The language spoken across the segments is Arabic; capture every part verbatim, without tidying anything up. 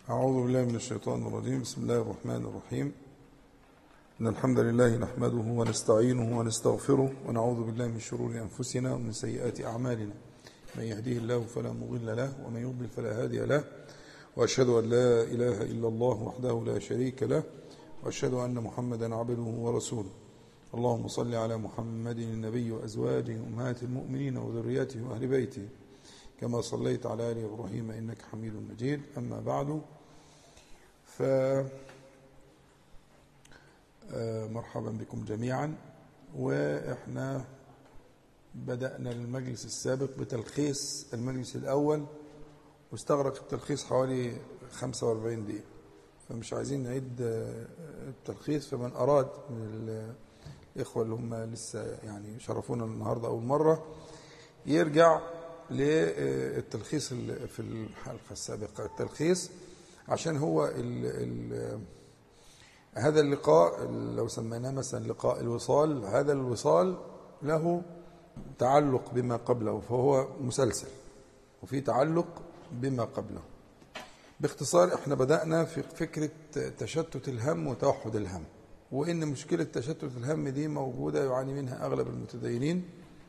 أعوذ بالله من الشيطان الرجيم. بسم الله الرحمن الرحيم. إن الحمد لله نحمده ونستعينه ونستغفره ونعوذ بالله من شرور أنفسنا ومن سيئات أعمالنا. من يهديه الله فلا مضل له ومن يضلل فلا هادي له، وأشهد أن لا إله إلا الله وحده لا شريك له، وأشهد أن محمدا عبده ورسوله. اللهم صل على محمد النبي وأزواجه أمهات المؤمنين وذرياته وأهل بيته كما صليت على آل إبراهيم إنك حميد مجيد. أما بعد، فمرحبا بكم جميعا. وإحنا بدأنا المجلس السابق بتلخيص المجلس الأول، واستغرق التلخيص حوالي خمسة وأربعين دقيقة، فمش عايزين نعيد التلخيص. فمن أراد من الإخوة اللي هم لسه يعني شرفونا النهاردة أول مرة يرجع للتلخيص في الحلقة السابقة. التلخيص عشان هو ال ال هذا اللقاء لو سميناه مثلا لقاء الوصال، هذا الوصال له تعلق بما قبله، فهو مسلسل وفي تعلق بما قبله. باختصار احنا بدأنا في فكرة تشتت الهم وتوحد الهم، وإن مشكلة تشتت الهم دي موجودة يعاني منها أغلب المتدينين،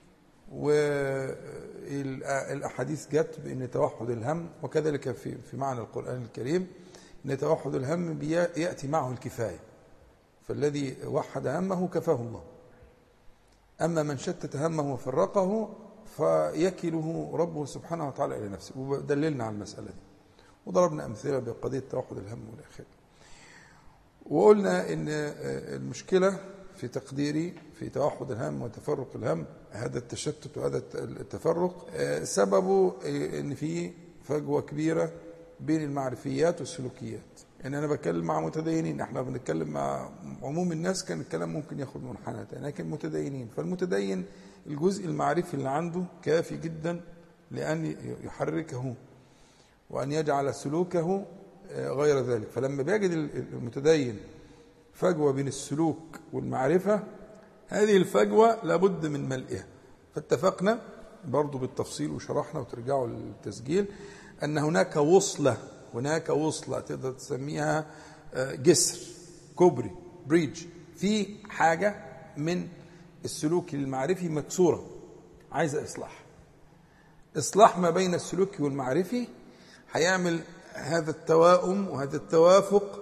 والأحاديث جت بأن توحد الهم، وكذلك في في معنى القرآن الكريم أن توحد الهم يأتي معه الكفاية، فالذي وحد همه كفاه الله. أما من شتت همه وفرقه فيكله ربه سبحانه وتعالى إلى نفسه، ودللنا على المسألة دي وضربنا أمثلة بقضية توحد الهم والآخر. وقلنا إن المشكلة في تقديري في توحد الهم وتفرق الهم، هذا التشتت وهذا التفرق سببه إن في فجوة كبيرة بين المعرفيات والسلوكيات. يعني أنا بتكلم مع متدينين، احنا بنتكلم مع عموم الناس كان الكلام ممكن ياخد منحنى تاني، لكن متدينين، فالمتدين الجزء المعرفي اللي عنده كافي جدا لأن يحركه وأن يجعل سلوكه غير ذلك. فلما بيجد المتدين فجوة بين السلوك والمعرفة، هذه الفجوة لابد من ملئها. فاتفقنا برضو بالتفصيل وشرحنا وترجعوا للتسجيل أن هناك وصلة هناك وصلة تقدر تسميها جسر، كوبري، بريدج، في حاجة من السلوك المعرفي مكسورة عايزة إصلاح. إصلاح ما بين السلوك والمعرفي هيعمل هذا التوائم وهذا التوافق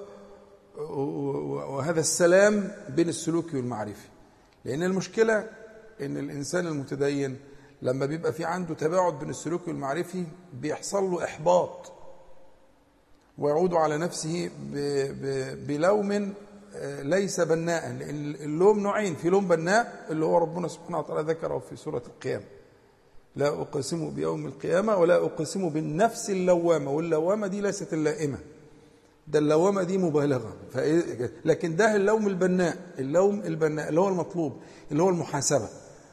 وهذا السلام بين السلوك والمعرفي. لأن المشكلة إن الإنسان المتدين لما بيبقى في عنده تباعد بين السلوك والمعرفي بيحصل له إحباط ويعود على نفسه بلوم ليس بناء. لأن اللوم نوعين، في لوم بناء اللي هو ربنا سبحانه وتعالى ذكره في سورة القيامة: لا أقسم بيوم القيامة ولا أقسم بالنفس اللوامة. واللوامة دي ليست اللائمة، ده اللوامة دي مبالغة. لكن ده اللوم البناء، اللوم البناء اللي هو المطلوب، اللي هو المحاسبة.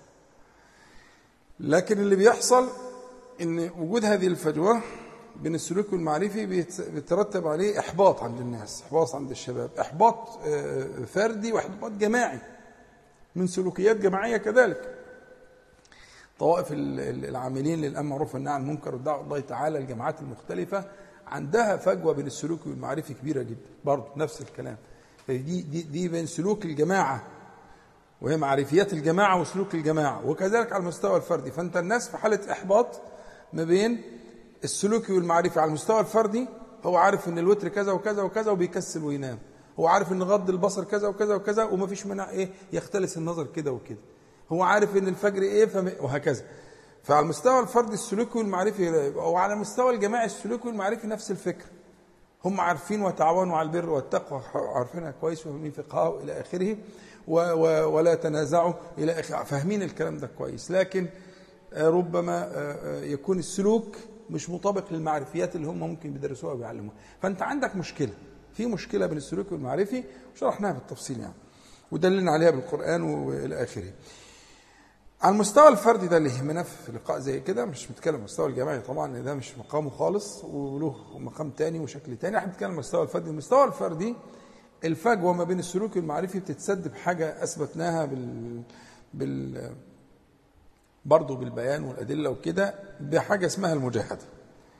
لكن اللي بيحصل إن وجود هذه الفجوة بين السلوك والمعرفي بيترتب عليه إحباط عند الناس، إحباط عند الشباب، إحباط فردي وإحباط جماعي من سلوكيات جماعية. كذلك طوائف العاملين للأمر بالمعروف والنهي عن المنكر والدعوة الله تعالى، الجماعات المختلفة عندها فجوة بين السلوك والمعرفي كبيرة جدا، برضه نفس الكلام. دي دي دي بين سلوك الجماعة وهي معرفيات الجماعة وسلوك الجماعة، وكذلك على المستوى الفردي. فأنت الناس في حالة إحباط ما بين السلوكي والمعرفي. على المستوى الفردي هو عارف ان الوتر كذا وكذا وكذا وبيكسل وينام، هو عارف ان غض البصر كذا وكذا وكذا وما فيش منع ايه يختلس النظر كده وكده، هو عارف ان الفجر ايه فم... وهكذا. فعلى المستوى الفردي السلوكي والمعرفي، وعلى المستوى الجماعي السلوكي والمعرفي نفس الفكر، هم عارفين وتعاونوا على البر والتقوى، عارفينها كويس وفاهمين فقهاء الى اخره، و... و... ولا تنازعوا الى اخره، فاهمين الكلام ده كويس. لكن ربما يكون السلوك مش مطابق للمعرفيات اللي هم ممكن بيدرسوها وبيعلموها. فانت عندك مشكله، في مشكله بين السلوك والمعرفي، وشرحناها بالتفصيل يعني ودللنا عليها بالقران والى اخره. على المستوى الفردي ده اللي يهمنا في لقاء زي كده، مش بنتكلم على المستوى الجماعي طبعا لان ده مش مقامه خالص وله مقام تاني وشكل تاني، احنا بنتكلم على المستوى الفردي. المستوى الفردي الفجوه ما بين السلوك والمعرفي بتتسد بحاجه اثبتناها بال بال برضو بالبيان والأدلة وكده، بحاجة اسمها المجاهدة.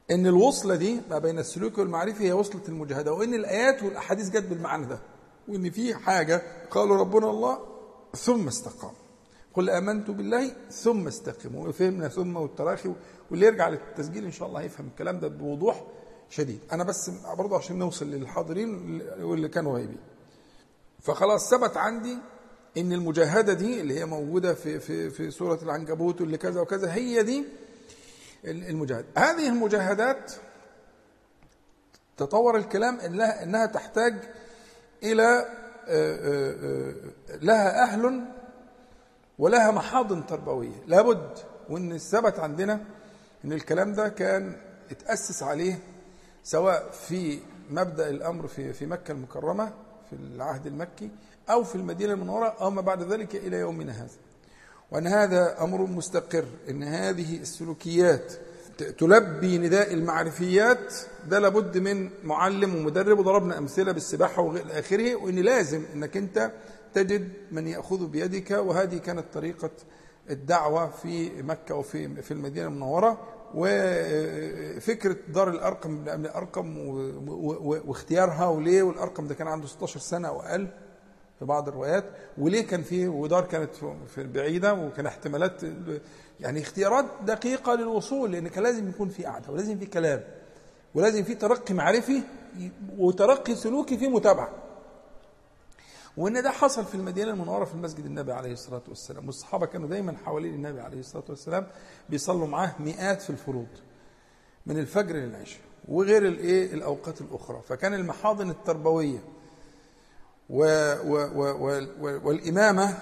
ان الوصله دي ما بين السلوك والمعرفي هي وصله المجاهده، وان الايات والاحاديث جت بالمعنى ده، وان في حاجه قالوا ربنا الله ثم استقام، قل امنت بالله ثم استقيموا، وفهمنا ثم والتراخي، واللي يرجع للتسجيل ان شاء الله هيفهم الكلام ده بوضوح شديد. انا بس برضه عشان نوصل للحاضرين واللي كانوا غايبين. فخلاص ثبت عندي ان المجاهده دي اللي هي موجوده في في في سوره العنكبوت واللي كذا وكذا هي دي المجاهده. هذه المجاهدات تطور الكلام انها انها تحتاج الى لها اهل ولها محاضن تربويه لابد. وان الثبت عندنا ان الكلام ده كان اتاسس عليه سواء في مبدا الامر في في مكه المكرمه في العهد المكي او في المدينه المنوره او ما بعد ذلك الى يومنا هذا، وان هذا امر مستقر، ان هذه السلوكيات تلبي نداء المعرفيات، ده لابد من معلم ومدرب، وضربنا امثله بالسباحه والى اخره، وان لازم انك انت تجد من ياخذ بيدك. وهذه كانت طريقه الدعوه في مكه وفي في المدينه المنوره. وفكره دار الارقم من الارقم واختيارها وليه، والارقم ده كان عنده ستاشر سنه او اقل في بعض الروايات، وليه كان فيه ودار كانت في بعيده وكان احتمالات، يعني اختيارات دقيقه للوصول، لان كان لازم يكون في قعده ولازم في كلام ولازم في ترقي معرفي وترقي سلوكي في متابعه. وان ده حصل في المدينه المنوره في المسجد النبي عليه الصلاه والسلام، والصحابه كانوا دايما حوالين النبي عليه الصلاه والسلام بيصلوا معاه مئات في الفروض من الفجر للعشاء وغير الايه الاوقات الاخرى. فكان المحاضن التربويه والامامه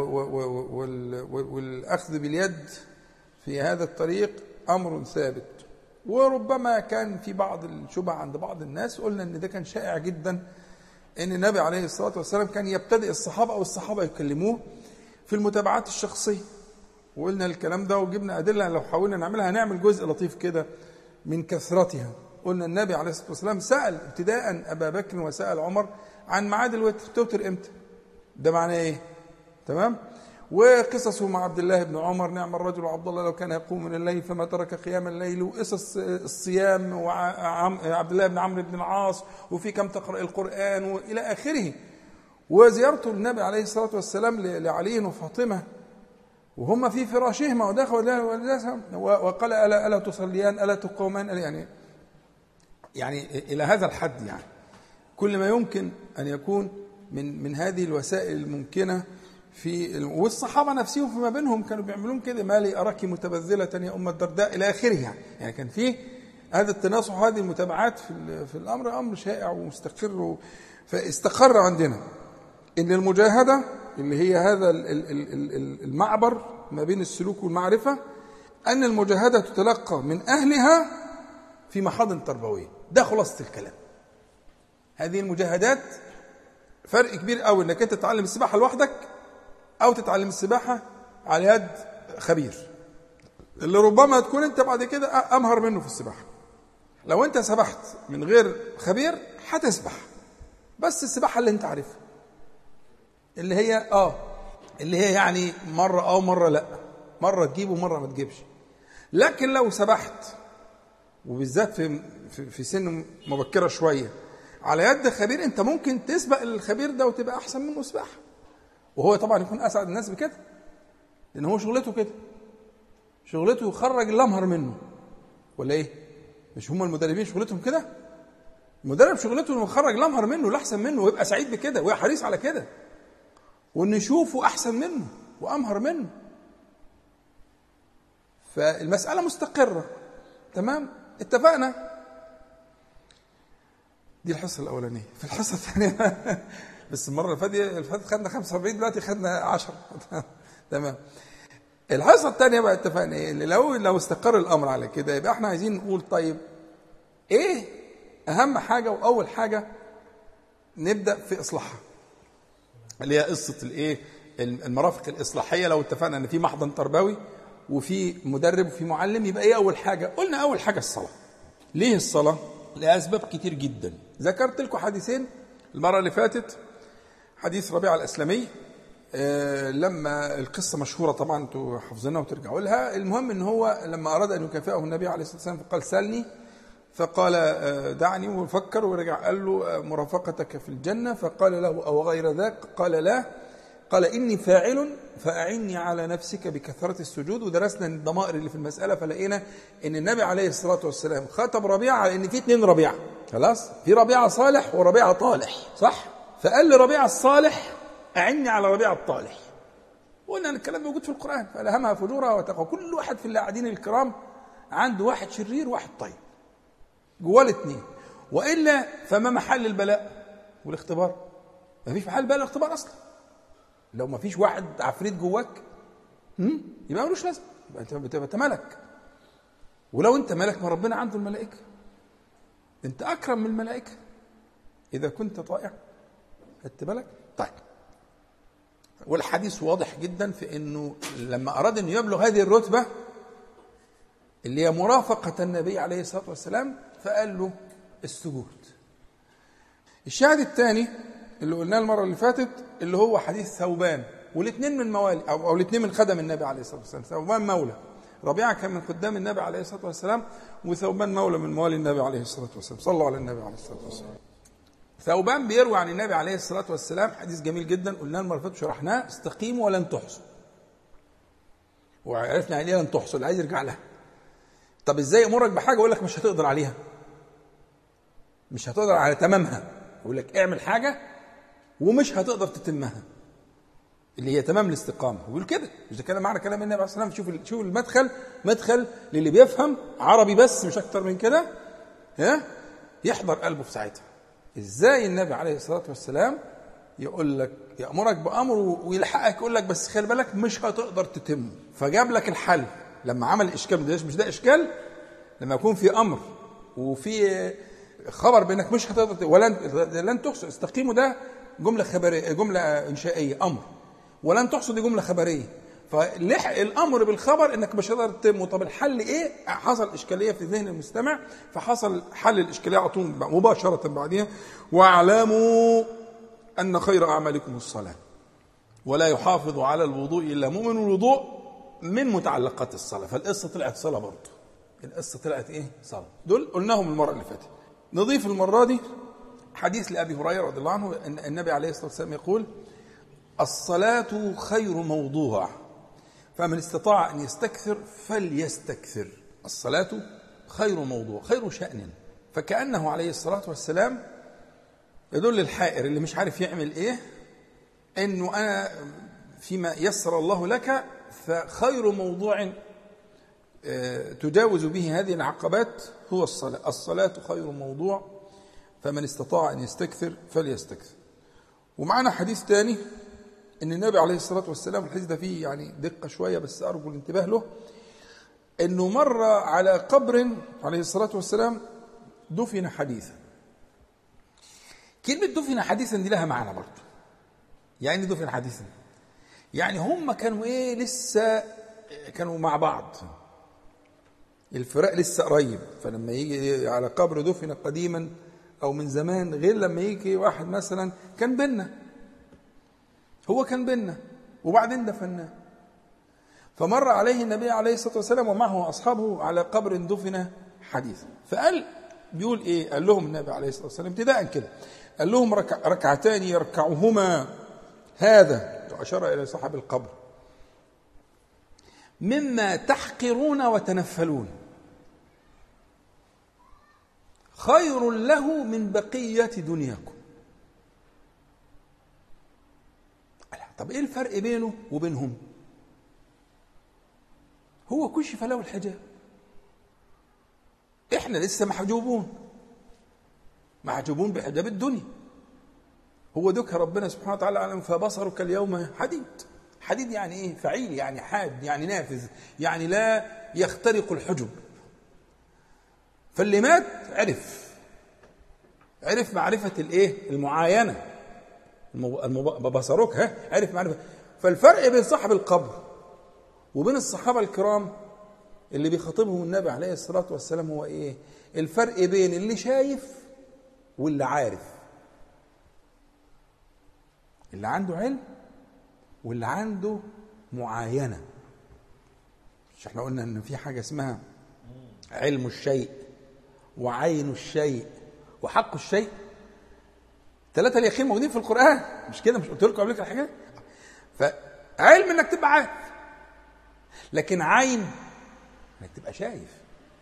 والاخذ باليد في هذا الطريق امر ثابت. وربما كان في بعض الشبه عند بعض الناس، قلنا ان ده كان شائع جدا ان النبي عليه الصلاه والسلام كان يبتدئ الصحابه او الصحابه يكلموه في المتابعات الشخصيه، وقلنا الكلام ده وجبنا ادله. لو حاولنا نعملها هنعمل جزء لطيف كده من كثرتها. قلنا النبي عليه الصلاه والسلام سال ابتداء ابا بكر وسال عمر عن ميعاد الوتر، توتر امتى؟ ده معناه ايه؟ تمام؟ وقصصه مع عبد الله بن عمر، نعم الرجل عبد الله لو كان يقوم من الليل فما ترك قيام الليل، وقصص الصيام وعبد الله بن عمرو بن العاص، وفي كم تقرأ القرآن والى اخره. وزيارته للنبي عليه الصلاه والسلام لعلي وفاطمه وهم في فراشهما ودخل وقال الا الا تصليان الا تقومان، يعني يعني الى هذا الحد. يعني كل ما يمكن ان يكون من من هذه الوسائل الممكنه في، والصحابه نفسهم فيما بينهم كانوا بيعملون كده، ما لي اراك متبذله يا ام الدرداء الى اخره. يعني يعني كان في هذا التناصح وهذه المتابعات في في الامر امر شائع ومستقر. فاستقر عندنا ان المجاهده اللي هي هذا المعبر ما بين السلوك والمعرفه، ان المجاهده تتلقى من اهلها في محاضن تربويه. ده خلاصه الكلام. هذه المجاهدات فرق كبير قوي انك انت تتعلم السباحه لوحدك او تتعلم السباحه على يد خبير، اللي ربما تكون انت بعد كده امهر منه في السباحه. لو انت سبحت من غير خبير هتسبح، بس السباحه اللي انت عارفها اللي هي اه اللي هي يعني مره او مره لا، مره تجيب ومره ما تجيبش. لكن لو سبحت وبالذات في في سن مبكره شويه على يد خبير، انت ممكن تسبق الخبير ده وتبقى احسن منه سباحه، وهو طبعا يكون اسعد الناس بكده، لان هو شغلته كده، شغلته يخرج الامهر منه. ولا ايه؟ مش هم المدربين شغلتهم كده؟ المدرب شغلته انه يخرج الامهر منه الاحسن منه، ويبقى سعيد بكده ويبقى حريص على كده، وان يشوفه احسن منه وامهر منه. فالمساله مستقره. تمام؟ اتفقنا. دي الحصه الاولانيه. في الحصه الثانيه بس المره اللي فاتت خدنا خمسة وأربعين، دلوقتي خدنا عشرة. تمام. الحصه الثانيه بقى اتفقنا ايه؟ اللي لو لو استقر الامر على كده يبقى احنا عايزين نقول طيب ايه اهم حاجه واول حاجه نبدا في اصلاحها، اللي هي قصه الايه المرافق الاصلاحيه. لو اتفقنا ان في محضن تربوي وفي مدرب وفي معلم، يبقى ايه اول حاجه؟ قلنا اول حاجه الصلاه. ليه الصلاه؟ لاسباب كتير جدا. ذكرت لكم حديثين المره اللي فاتت. حديث ربيعه الاسلمي، آه لما القصه مشهوره طبعا انتوا حافظينها وترجعوا لها. المهم ان هو لما اراد ان يكافئه النبي عليه الصلاه والسلام فقال سلني، فقال دعني وفكر ورجع قال له مرافقتك في الجنة. فقال له أو غير ذاك؟ قال لا. قال إني فاعل فأعني على نفسك بكثرة السجود. ودرسنا الضمائر اللي في المسألة فلقينا إن النبي عليه الصلاة والسلام خاطب ربيعة على إن في اتنين ربيعة، خلاص، في ربيعة صالح وربيعة طالح، صح؟ فقال لربيعة الصالح أعني على ربيعة الطالح. وقلنا الكلام موجود في القرآن، فألهمها فجورها وتقوى. كل واحد في اللاعبين الكرام عنده واحد شرير وواحد طيب جواه الاثنين، وإلا فما محل البلاء والاختبار؟ ما فيش محل بلاء والاختبار أصلا. لو ما فيش واحد عفريت جواك يبقى ملوش لازم، يبقى انت بتبقى ملك. ولو انت ملك ما ربنا عنده الملائكة، انت أكرم من الملائكة إذا كنت طائع. خدت بالك؟ طيب، والحديث واضح جدا في انه لما اراد انه يبلغ هذه الرتبه اللي هي مرافقه النبي عليه الصلاه والسلام فقال له السجود. الشاهد الثاني اللي قلناه المره اللي فاتت اللي هو حديث ثوبان، والاثنين من موالي او, أو الاثنين من خدم النبي عليه الصلاه والسلام. ثوبان مولى ربيعه كان من خدام النبي عليه الصلاه والسلام، وثوبان مولى من موالي النبي عليه الصلاه والسلام. صلوا على النبي عليه الصلاه والسلام. ثوبان بيروي عن النبي عليه الصلاة والسلام حديث جميل جدا، قلنا المرة اللي فاتت شرحناه، استقيموا ولن تحصوا. وعرفنا يعني ايه لن تحصوا، اللي عايز يرجع لها. طب ازاي امرك بحاجة اقول لك مش هتقدر عليها، مش هتقدر على تمامها، اقول لك اعمل حاجة ومش هتقدر تتمها، اللي هي تمام الاستقامة. ويقول كده، مش ده كلام معنى كلام النبي عليه الصلاة والسلام. شوف شوف المدخل، مدخل للي بيفهم عربي بس مش اكتر من كده، ها، يحضر قلبه في ساعتها. ازاي النبي عليه الصلاة والسلام يقول لك يأمرك بأمر ويلحقك يقول لك بس خلي بالك مش هتقدر تتمه، فجاب لك الحل. لما عمل الإشكال ده، مش ده إشكال لما يكون في أمر وفي خبر بأنك مش هتقدر ولن لن تحصوا. استقيموا ده جملة خبرية، جملة إنشائية، أمر، ولن تحصوا دي جملة خبرية. فلحق الأمر بالخبر إنك مش هتقدر تتمه. طب الحل إيه؟ حصل إشكالية في ذهن المستمع، فحصل حل الإشكالية على طول مباشرة بعدها. واعلموا أن خير أعمالكم الصلاة ولا يحافظ على الوضوء إلا مؤمن. الوضوء من متعلقات الصلاة، فالقصة طلعت صلاة برضه. القصة طلعت إيه؟ صلاة. دول قلناهم المرة اللي فاتت. نضيف المرة دي حديث لأبي هريرة رضي الله عنه أن النبي عليه الصلاة والسلام يقول: الصلاة خير موضوع فمن استطاع أن يستكثر فليستكثر. الصلاة خير موضوع، خير شأن. فكأنه عليه الصلاة والسلام يدل الحائر اللي مش عارف يعمل إيه إنه أنا فيما يسر الله لك فخير موضوع تجاوز به هذه العقبات هو الصلاة. الصلاة خير موضوع فمن استطاع أن يستكثر فليستكثر. ومعنا حديث ثاني ان النبي عليه الصلاة والسلام، الحديث ده فيه يعني دقة شوية بس أرجو الانتباه له، انه مر على قبر عليه الصلاة والسلام دفن حديثا. كلمة دفن حديثا دي لها معنى برضه. يعني دفن حديثا يعني هم كانوا ايه، لسه كانوا مع بعض، الفراق لسه قريب. فلما يجي على قبر دفن قديما او من زمان غير لما يجي واحد مثلا كان بينا، هو كان بينا وبعدين دفناه. فمر عليه النبي عليه الصلاة والسلام ومعه أصحابه على قبر دفن حديثا. فقال بيقول إيه؟ قال لهم النبي عليه الصلاة والسلام ابتداء كده، قال لهم ركع ركعتان يركعهما هذا، أشار إلى صاحب القبر، مما تحقرون وتنفلون خير له من بقية دنياكم. طب ايه الفرق بينه وبينهم؟ هو كشف له الحجاب، احنا لسه محجوبون محجوبون بحجاب الدنيا. هو ذكر ربنا سبحانه وتعالى علم فبصرك اليوم حديد. حديد يعني ايه؟ فعيل، يعني حاد، يعني نافذ، يعني لا يخترق الحجب. فاللي مات عرف عرف معرفة الايه؟ المعاينة. بصرك ها عرف معرفة. فالفرق بين صاحب القبر وبين الصحابة الكرام اللي بيخاطبهم النبي عليه الصلاة والسلام هو ايه؟ الفرق بين اللي شايف واللي عارف، اللي عنده علم واللي عنده معاينة. مش احنا قلنا ان في حاجة اسمها علم الشيء وعين الشيء وحق الشيء. ثلاثة اليقين موجودين في القرآن، مش كده؟ مش قلت لكم قبل كده الحاجة؟ فعلم انك تبقى عارف، لكن عين انك تبقى شايف،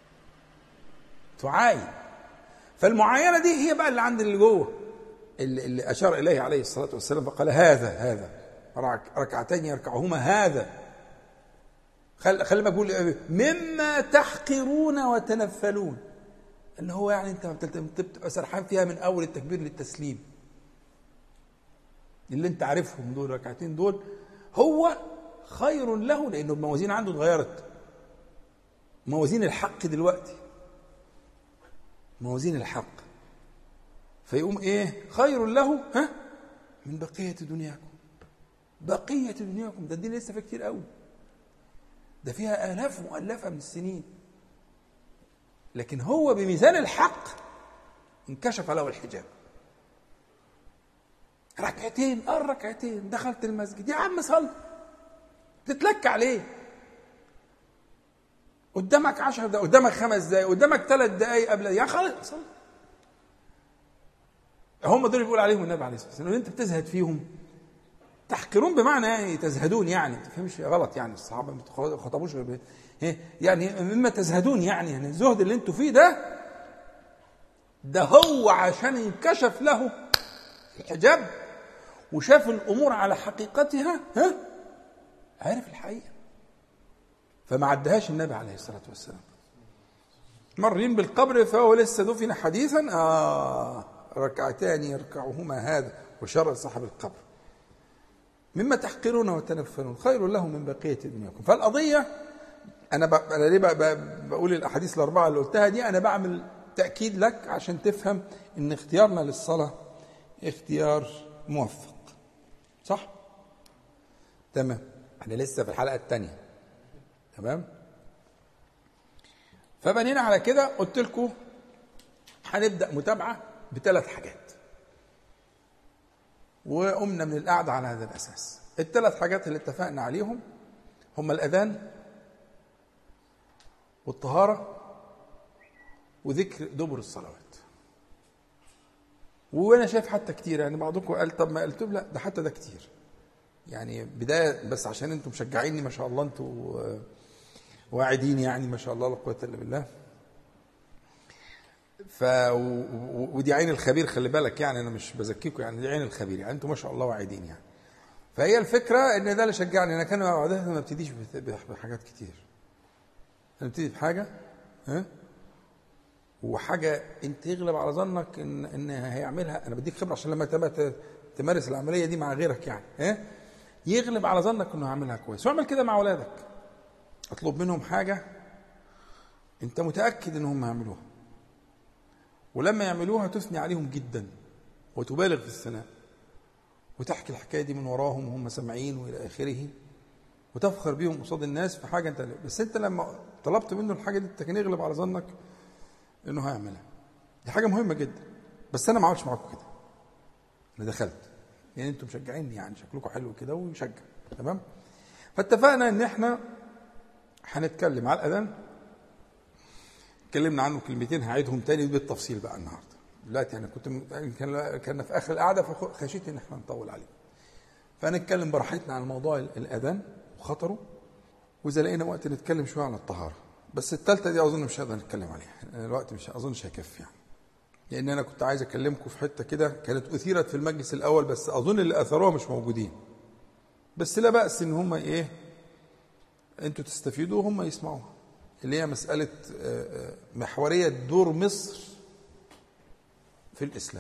تعاين. فالمعاينة دي هي بقى اللي عند اللي جوه، اللي, اللي أشار إليه عليه الصلاة والسلام فقال هذا هذا ركعتين يركعهما هذا. خل خلي ما أقول مما تحقرون وتنفلون، اللي هو يعني أنت بتبقى سرحان فيها من أول التكبير للتسليم، اللي أنت عارفهم دول ركعتين دول هو خير له، لأنه الموازين عنده اتغيرت، موازين الحق دلوقتي، موازين الحق، فيقوم ايه خير له ها من بقية دنياكم. بقية دنياكم ده الدين لسه فيه كتير قوي، ده فيها آلاف مؤلفة من السنين، لكن هو بميزان الحق انكشف له الحجاب. ركعتين اه ركعتين دخلت المسجد يا عم صل، تتلك عليه. قدامك عشر دقائق، قدامك خمس دقائق، قدامك ثلاث دقائق قبل يا خلاص صل. هم دول بيقول عليهم النبي عليه الصلاه والسلام انت بتزهد فيهم. تحقرون بمعنى يعني تزهدون، يعني ما تفهمش غلط، يعني الصحابه ما خطبوش غير يعني مما تزهدون، يعني يعني الزهد اللي انتوا فيه ده ده هو عشان ينكشف له الحجاب وشاف الامور على حقيقتها، ها عارف الحقيقه، فما عدهاش النبي عليه الصلاه والسلام. مرين بالقبر فهو لسه دفن حديثا، اه ركعتان يركعهما هذا، وشر صاحب القبر مما تحقرون وتنفرون خير له من بقية دنياكم. فالقضية أنا, ب... أنا ليه ب... ب... بقول الأحاديث الأربعة اللي قلتها دي، أنا بعمل تأكيد لك عشان تفهم إن اختيارنا للصلاة اختيار موفق، صح؟ تمام. احنا لسه في الحلقة الثانية، تمام؟ فبنينا على كده قلت لكم هنبدأ متابعة بثلاث حاجات، وقمنا من القعدة على هذا الأساس. الثلاث حاجات اللي اتفقنا عليهم هم الأذان والطهارة وذكر دبر الصلوات. وأنا شايف حتى كتير، يعني بعضكم قال طب ما قلتم، لا ده حتى ده كتير، يعني بداية بس عشان انتم مشجعيني ما شاء الله، انتم واعدين يعني ما شاء الله لا قوة إلا بالله. ف ودي عين الخبير، خلي بالك، يعني انا مش بزكيكم، يعني دي عين الخبير، يعني انتم ما شاء الله واعدين يعني. فهي الفكره ان ده اللي شجعني، انا كان عاده ما ابتديش بحاجات كتير، انا ابتدي بحاجه ها وحاجه انت يغلب على ظنك ان ان هيعملها. انا بديك خبره عشان لما تبقى تمارس العمليه دي مع غيرك، يعني ها يغلب على ظنك انه هيعملها كويس. واعمل كده مع اولادك، اطلب منهم حاجه انت متاكد انهم هيعملوها، ولما يعملوها تثني عليهم جدا وتبالغ في الثناء وتحكي الحكايه دي من وراهم وهم سامعين والى اخره، وتفخر بيهم قصاد الناس في حاجه انت، بس انت لما طلبت منه الحاجه دي انت كان يغلب على ظنك انه هيعملها. دي حاجه مهمه جدا، بس انا ما عملتش معاكم كده، انا دخلت يعني انتم مشجعيني، يعني شكلكم حلو كده ويشجع، تمام. فاتفقنا ان احنا هنتكلم على الاذان، اتكلمنا عنه كلمتين هعيدهم تاني بالتفصيل بقى النهارده. دلوقتي انا كنت كان كان في اخر القعده فخشيت ان احنا نطول عليه، فنتكلم براحتنا عن موضوع الاذان وخطره، واذا لقينا وقت نتكلم شويه عن الطهاره. بس الثالثه دي اظن مش هنقدر نتكلم عليها، الوقت مش اظن مش هيكفي يعني، لان انا كنت عايز اكلمكم في حته كده كانت اثيرت في المجلس الاول، بس اظن اللي اثروها مش موجودين، بس لا باس ان هم ايه انتوا تستفيدوا وهم يسمعوها، اللي هي مسألة محورية دور مصر في الإسلام.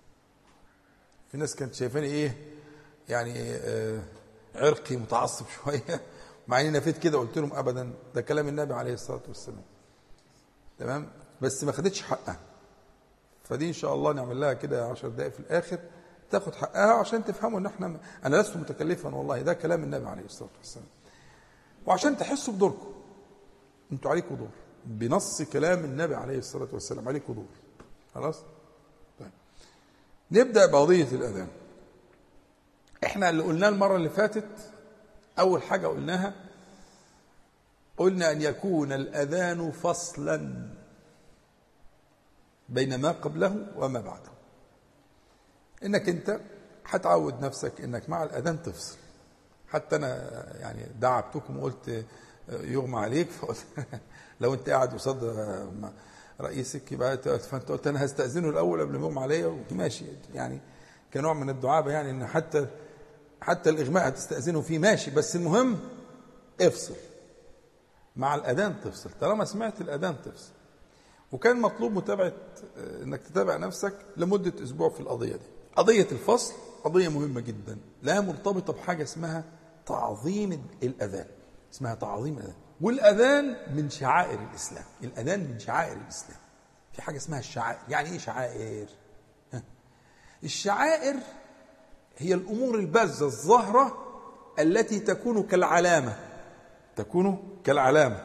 في ناس كانت شايفاني إيه يعني عرقي متعصب شوية، مع إني نفيت كده قلت لهم أبدا ده كلام النبي عليه الصلاة والسلام، تمام، بس ما خدتش حقها. فدي إن شاء الله نعمل لها كده عشر دقائق في الآخر تاخد حقها عشان تفهموا إن إحنا، أنا لست متكلفا والله، ده كلام النبي عليه الصلاة والسلام، وعشان تحسوا بدوركم انتوا عليكم دور بنص كلام النبي عليه الصلاة والسلام، عليكم دور. خلاص طيب. نبدأ بقضية الأذان. احنا اللي قلناه المرة اللي فاتت أول حاجة قلناها، قلنا أن يكون الأذان فصلا بين ما قبله وما بعده. انك انت هتعود نفسك انك مع الاذان تفصل. حتى انا يعني دعبتكم وقلت يغمى عليك، فقلت لو انت قاعد قصاد رئيسك يبقى، فانت قلت انا هستأذنه الاول قبل ما يغمى عليا، وماشي يعني كنوع من الدعابه، يعني ان حتى حتى الاغماء هتستأذنه فيه ماشي، بس المهم افصل مع الاذان، تفصل طالما سمعت الاذان تفصل. وكان مطلوب متابعه انك تتابع نفسك لمده اسبوع في القضيه دي. قضيه الفصل قضيه مهمه جدا، لا مرتبطه بحاجه اسمها تعظيم الاذان، اسمها تعظيم الاذان. والاذان من شعائر الاسلام، الاذان من شعائر الاسلام. في حاجه اسمها الشعائر. يعني ايه شعائر؟ الشعائر هي الامور البارزه الظاهره التي تكون كالعلامه، تكون كالعلامه.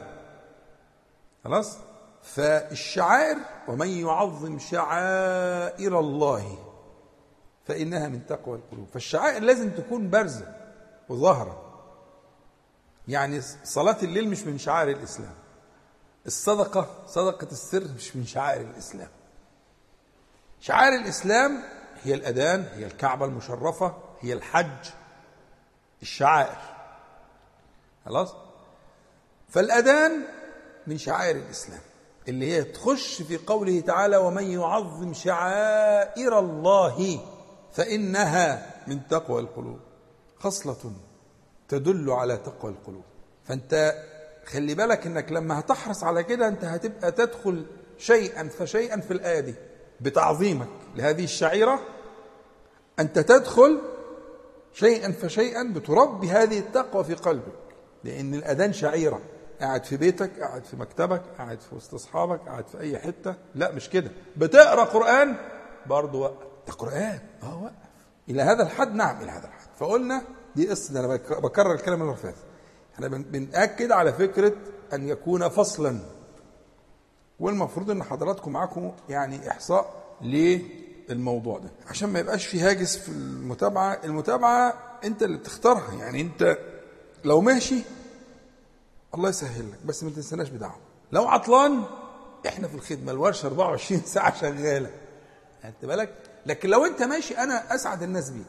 خلاص؟ فالشعائر ومن يعظم شعائر الله فإنها من تقوى القلوب. فالشعائر لازم تكون بارزة وظاهرة. يعني صلاة الليل مش من شعائر الإسلام، الصدقة صدقة السر مش من شعائر الإسلام. شعائر الإسلام هي الأذان، هي الكعبة المشرفة، هي الحج، الشعائر. خلاص؟ فالأذان من شعائر الإسلام اللي هي تخش في قوله تعالى ومن يعظم شعائر الله فإنها من تقوى القلوب، خصلة تدل على تقوى القلوب. فأنت خلي بالك إنك لما هتحرص على كده أنت هتبقى تدخل شيئا فشيئا في الآية دي. بتعظيمك لهذه الشعيرة أنت تدخل شيئا فشيئا بتربي هذه التقوى في قلبك، لأن الأذان شعيرة. قاعد في بيتك، قاعد في مكتبك، قاعد في وسط أصحابك، قاعد في أي حتة، لا مش كده. بتقرأ قرآن برضه وقف، ده قرآن اه وقف إلى هذا الحد. نعم إلى هذا الحد. فقلنا دي قصة، أنا بكرر الكلام اللي فات، احنا بنأكد على فكرة أن يكون فصلا. والمفروض أن حضراتكم معاكم يعني إحصاء للموضوع ده عشان ما يبقاش في هاجس في المتابعة. المتابعة أنت اللي بتختارها، يعني أنت لو ماشي الله يسهل لك، بس ما تنسناش بدعوة. لو عطلان احنا في الخدمة، الورشة أربعة وعشرين ساعة شغالة، خدت بالك. لكن لو انت ماشي انا اسعد الناس بيك.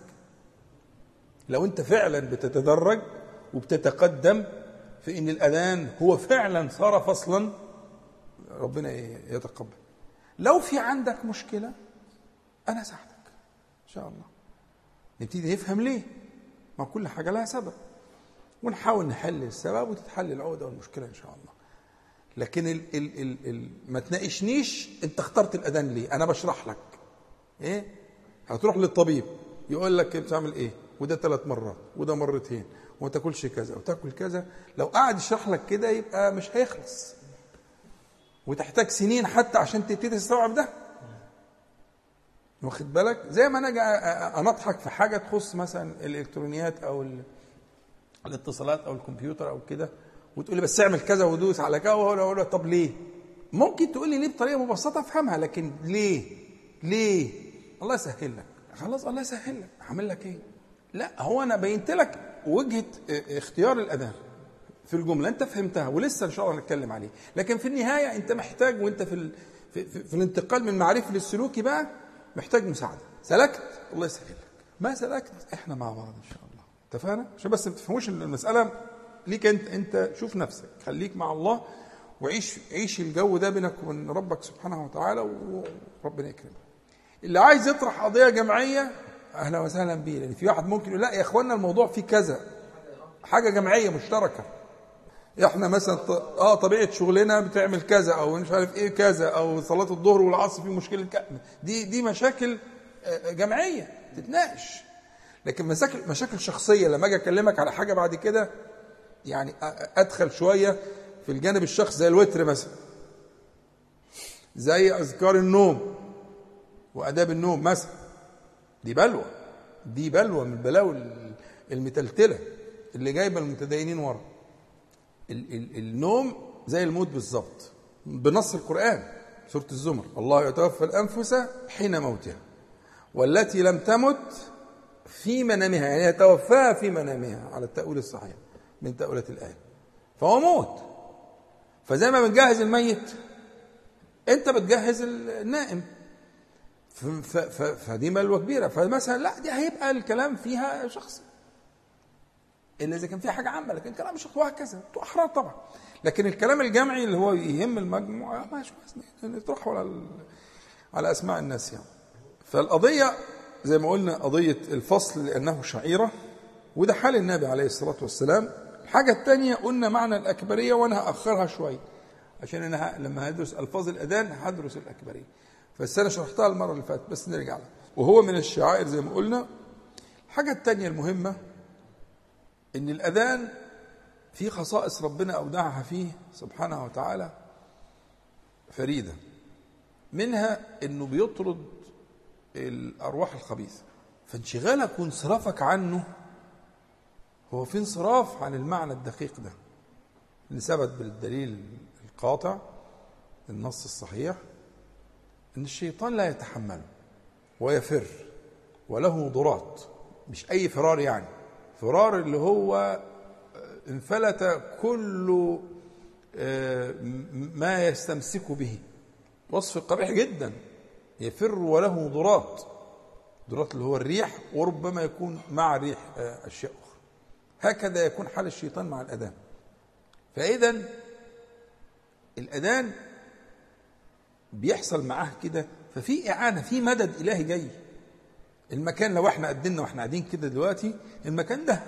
لو انت فعلا بتتدرج وبتتقدم في ان الاذان هو فعلا صار فصلا، ربنا يتقبل. لو في عندك مشكلة انا اساعدك ان شاء الله. نبتدي نفهم ليه، ما كل حاجة لها سبب، ونحاول نحل السبب وتتحل العقدة والمشكلة ان شاء الله. لكن ال ال ال ال ما تناقشنيش انت اخترت الاذان ليه، انا بشرح لك. ايه؟ هتروح للطبيب يقول لك بتعمل ايه، وده ثلاث مرات وده مرتين، وما تاكلش كذا وتاكل كذا. لو قاعد يشرح لك كده يبقى مش هيخلص، وتحتاج سنين حتى عشان تبتدي تستوعب ده. واخد بالك؟ زي ما انا اجي انضحك في حاجه تخص مثلا الالكترونيات او الاتصالات او الكمبيوتر او كده، وتقول لي بس اعمل كذا ودوس على كذا، واقول لك طب ليه؟ ممكن تقول لي ليه بطريقه مبسطه افهمها، لكن ليه؟ ليه؟ الله يسهل لك. خلاص الله يسهل لك، هعمل لك ايه؟ لا، هو انا بينت لك وجهه اختيار الاذان في الجمله، انت فهمتها ولسه ان شاء الله نتكلم عليه. لكن في النهايه انت محتاج، وانت في ال... في, في, في الانتقال من معرفي للسلوكي بقى محتاج مساعده. سلكت الله يسهل لك، ما سلكت احنا مع بعض ان شاء الله. اتفقنا؟ عشان بس ما تفهموش المساله ليك انت، انت شوف نفسك، خليك مع الله وعيش عيش الجو ده بينك وبين ربك سبحانه وتعالى، وربنا يكرمك. اللي عايز يطرح قضيه جماعيه اهلا وسهلا بيه، لان في واحد ممكن يقول لا يا اخوانا الموضوع فيه كذا، حاجه جماعيه مشتركه. احنا مثلا اه طبيعه شغلنا بتعمل كذا، او مش عارف ايه كذا، او صلاه الظهر والعصر في مشكله كذا. دي دي مشاكل جماعيه تتناقش. لكن مشاكل مشاكل شخصيه لما اجي اكلمك على حاجه بعد كده يعني ادخل شويه في الجانب الشخصي، زي الوتر مثلا، زي اذكار النوم واداب النوم مثلا، دي بلوى، دي بلوى من البلاوي المتلتله اللي جايبه المتدينين ورا. ال ال النوم زي الموت بالظبط بنص القرآن، سورة الزمر، الله يتوفى الأنفس حين موتها والتي لم تمت في منامها، يعني يتوفاها في منامها على التأويل الصحيح من تأويلات الآية. فهو موت. فزي ما بنجهز الميت انت بتجهز النائم، فدي ملوى كبيره. فمثلا لا، دي هيبقى الكلام فيها شخصي الا اذا كان فيها حاجه عامه، لكن كلام شخصي وهكذا احرار طبعا. لكن الكلام الجمعي اللي هو يهم المجموعه ماشي، يطرحوا على على اسماع الناس يعني. فالقضيه زي ما قلنا قضيه الفصل لانه شعيره، وده حال النبي عليه الصلاه والسلام. الحاجه الثانيه قلنا معنى الاكبريه، وانا هاخرها شويه عشان انا لما هدرس الفاظ الاذان هدرس الاكبريه، بس انا شرحتها المره اللي فاتت، بس نرجع لها. وهو من الشعائر زي ما قلنا. الحاجه الثانيه المهمه ان الاذان في خصائص ربنا اودعها فيه سبحانه وتعالى فريده، منها انه بيطرد الارواح الخبيثه. فانشغالك وانصرافك عنه هو في انصراف عن المعنى الدقيق ده اللي ثبت بالدليل القاطع النص الصحيح ان الشيطان لا يتحمله ويفر وله ضرات. مش اي فرار يعني، فرار اللي هو انفلت كل ما يستمسك به، وصف قبيح جدا. يفر وله ضرات، ضرات اللي هو الريح، وربما يكون مع الريح أشياء أخرى. هكذا يكون حال الشيطان مع الأذان. فإذا الأذان بيحصل معاه كده، ففي إعانة، في مدد إلهي جاي. المكان لو احنا قدنا واحنا قاعدين كده دلوقتي، المكان ده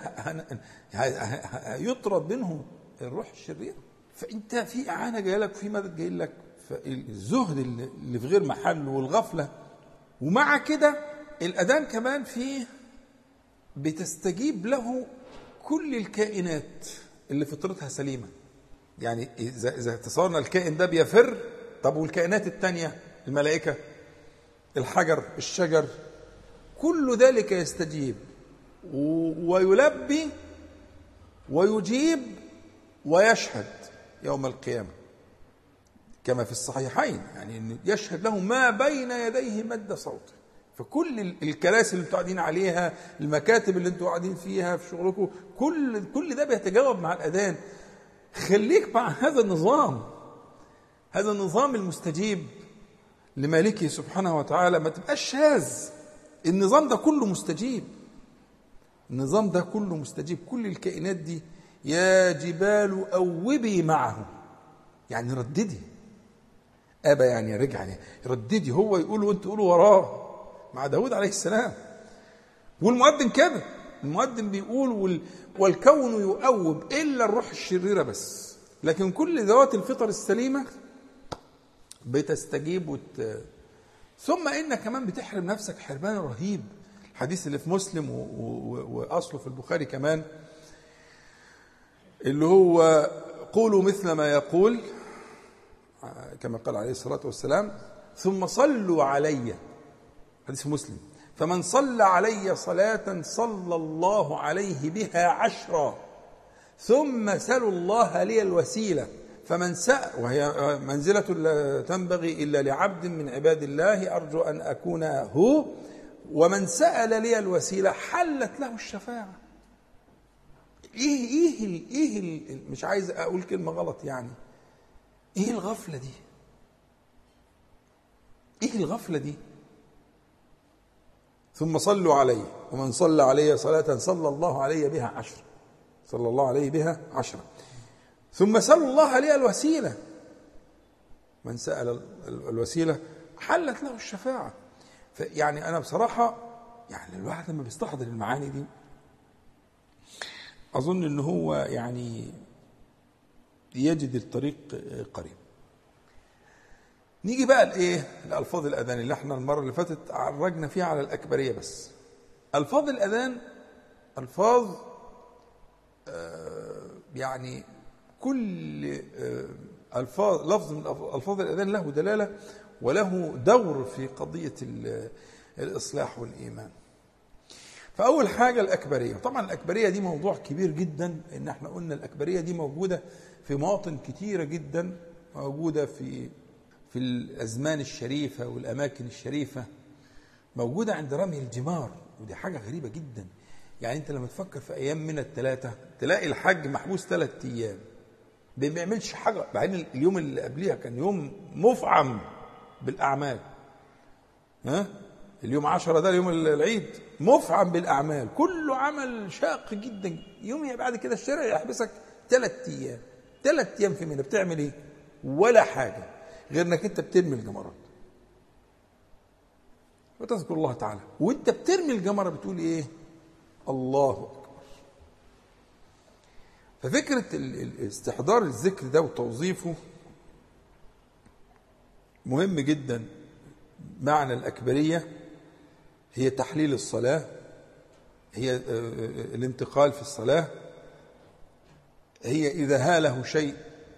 يطرد منه الروح الشريرة، فانت في اعانه جايه لك، في مدد جاي لك. فالزهد اللي في غير محله والغفله، ومع كده الاذان كمان فيه بتستجيب له كل الكائنات اللي فطرتها سليمه. يعني اذا اذا اتصورنا الكائن ده بيفر، طب والكائنات التانية، الملائكه، الحجر، الشجر، كل ذلك يستجيب ويلبي ويجيب ويشهد يوم القيامة كما في الصحيحين، يعني إنه يشهد له ما بين يديه مد صوته. فكل الكراسي اللي انتوا قاعدين عليها، المكاتب اللي انتوا قاعدين فيها في شغلكم، كل كل ده بيتجاوب مع الأذان. خليك مع هذا النظام، هذا النظام المستجيب لمالكه سبحانه وتعالى، ما تبقاش شاذ. النظام ده كله مستجيب، النظام ده كله مستجيب. كل الكائنات دي يا جبال أوبي معه، يعني رددي. أبا يعني رجع يعني رددي، هو يقول وانت تقولوا وراه، مع داود عليه السلام. والمؤذن كده، المؤذن بيقول والكون يؤوب إلا الروح الشريرة بس، لكن كل ذوات الفطر السليمة بتستجيب وت... ثم إن كمان بتحرم نفسك حرمان رهيب. الحديث اللي في مسلم وأصله في البخاري كمان، اللي هو قولوا مثل ما يقول كما قال عليه الصلاة والسلام ثم صلوا علي، حديث مسلم، فمن صلى علي صلاة صلى الله عليه بها عشرا ثم سلوا الله لي الوسيلة، فمن سأل، وهي منزلة لا تنبغي إلا لعبد من عباد الله أرجو أن أكون هو، ومن سأل لي الوسيلة حلت له الشفاعة. إيه إيه ال إيه ال مش عايز أقول كلمة غلط يعني، إيه الغفلة دي؟ إيه الغفلة دي؟ ثم صلوا علي ومن صلى علي صلاة صلى الله عليه بها عشرة، صلى الله عليه بها عشرة، ثم سألوا الله لي الوسيلة، من سأل الوسيلة حلت له الشفاعة. يعني أنا بصراحة يعني الواحد لما بيستحضر المعاني دي أظن إن هو يعني يجد الطريق قريب. نيجي بقى لإيه؟ لألفاظ الأذان اللي احنا المرة اللي فاتت عرجنا فيها على الأكبرية بس. ألفاظ الأذان ألفاظ آه يعني كل آه ألفاظ لفظ من ألفاظ الأذان له دلالة وله دور في قضية الإصلاح والإيمان. فأول حاجة الأكبرية. طبعا الأكبرية دي موضوع كبير جدا، إن احنا قلنا الأكبرية دي موجودة في مواطن كتيرة جدا، موجودة في في الأزمان الشريفة والأماكن الشريفة، موجودة عند رمي الجمار، ودي حاجة غريبة جدا. يعني أنت لما تفكر في أيام من الثلاثة تلاقي الحج محبوس ثلاثة أيام، ما بيعملش حاجة، بعدين اليوم اللي قبليها كان يوم مفعم بالأعمال. ها اليوم عشرة ده اليوم العيد مفعم بالأعمال، كله عمل شاق جدا. يوم بعد كده الشارع يحبسك ثلاث أيام ثلاث أيام في منى، بتعمل إيه؟ ولا حاجة غير إنك أنت بترمي الجمرات وتذكر الله تعالى، وأنت بترمي الجمرة بتقول إيه؟ الله أكبر. ففكرة استحضار الذكر ده وتوظيفه مهم جدا. معنى الأكبرية هي تحليل الصلاة، هي الانتقال في الصلاة، هي إذا هاله شيء.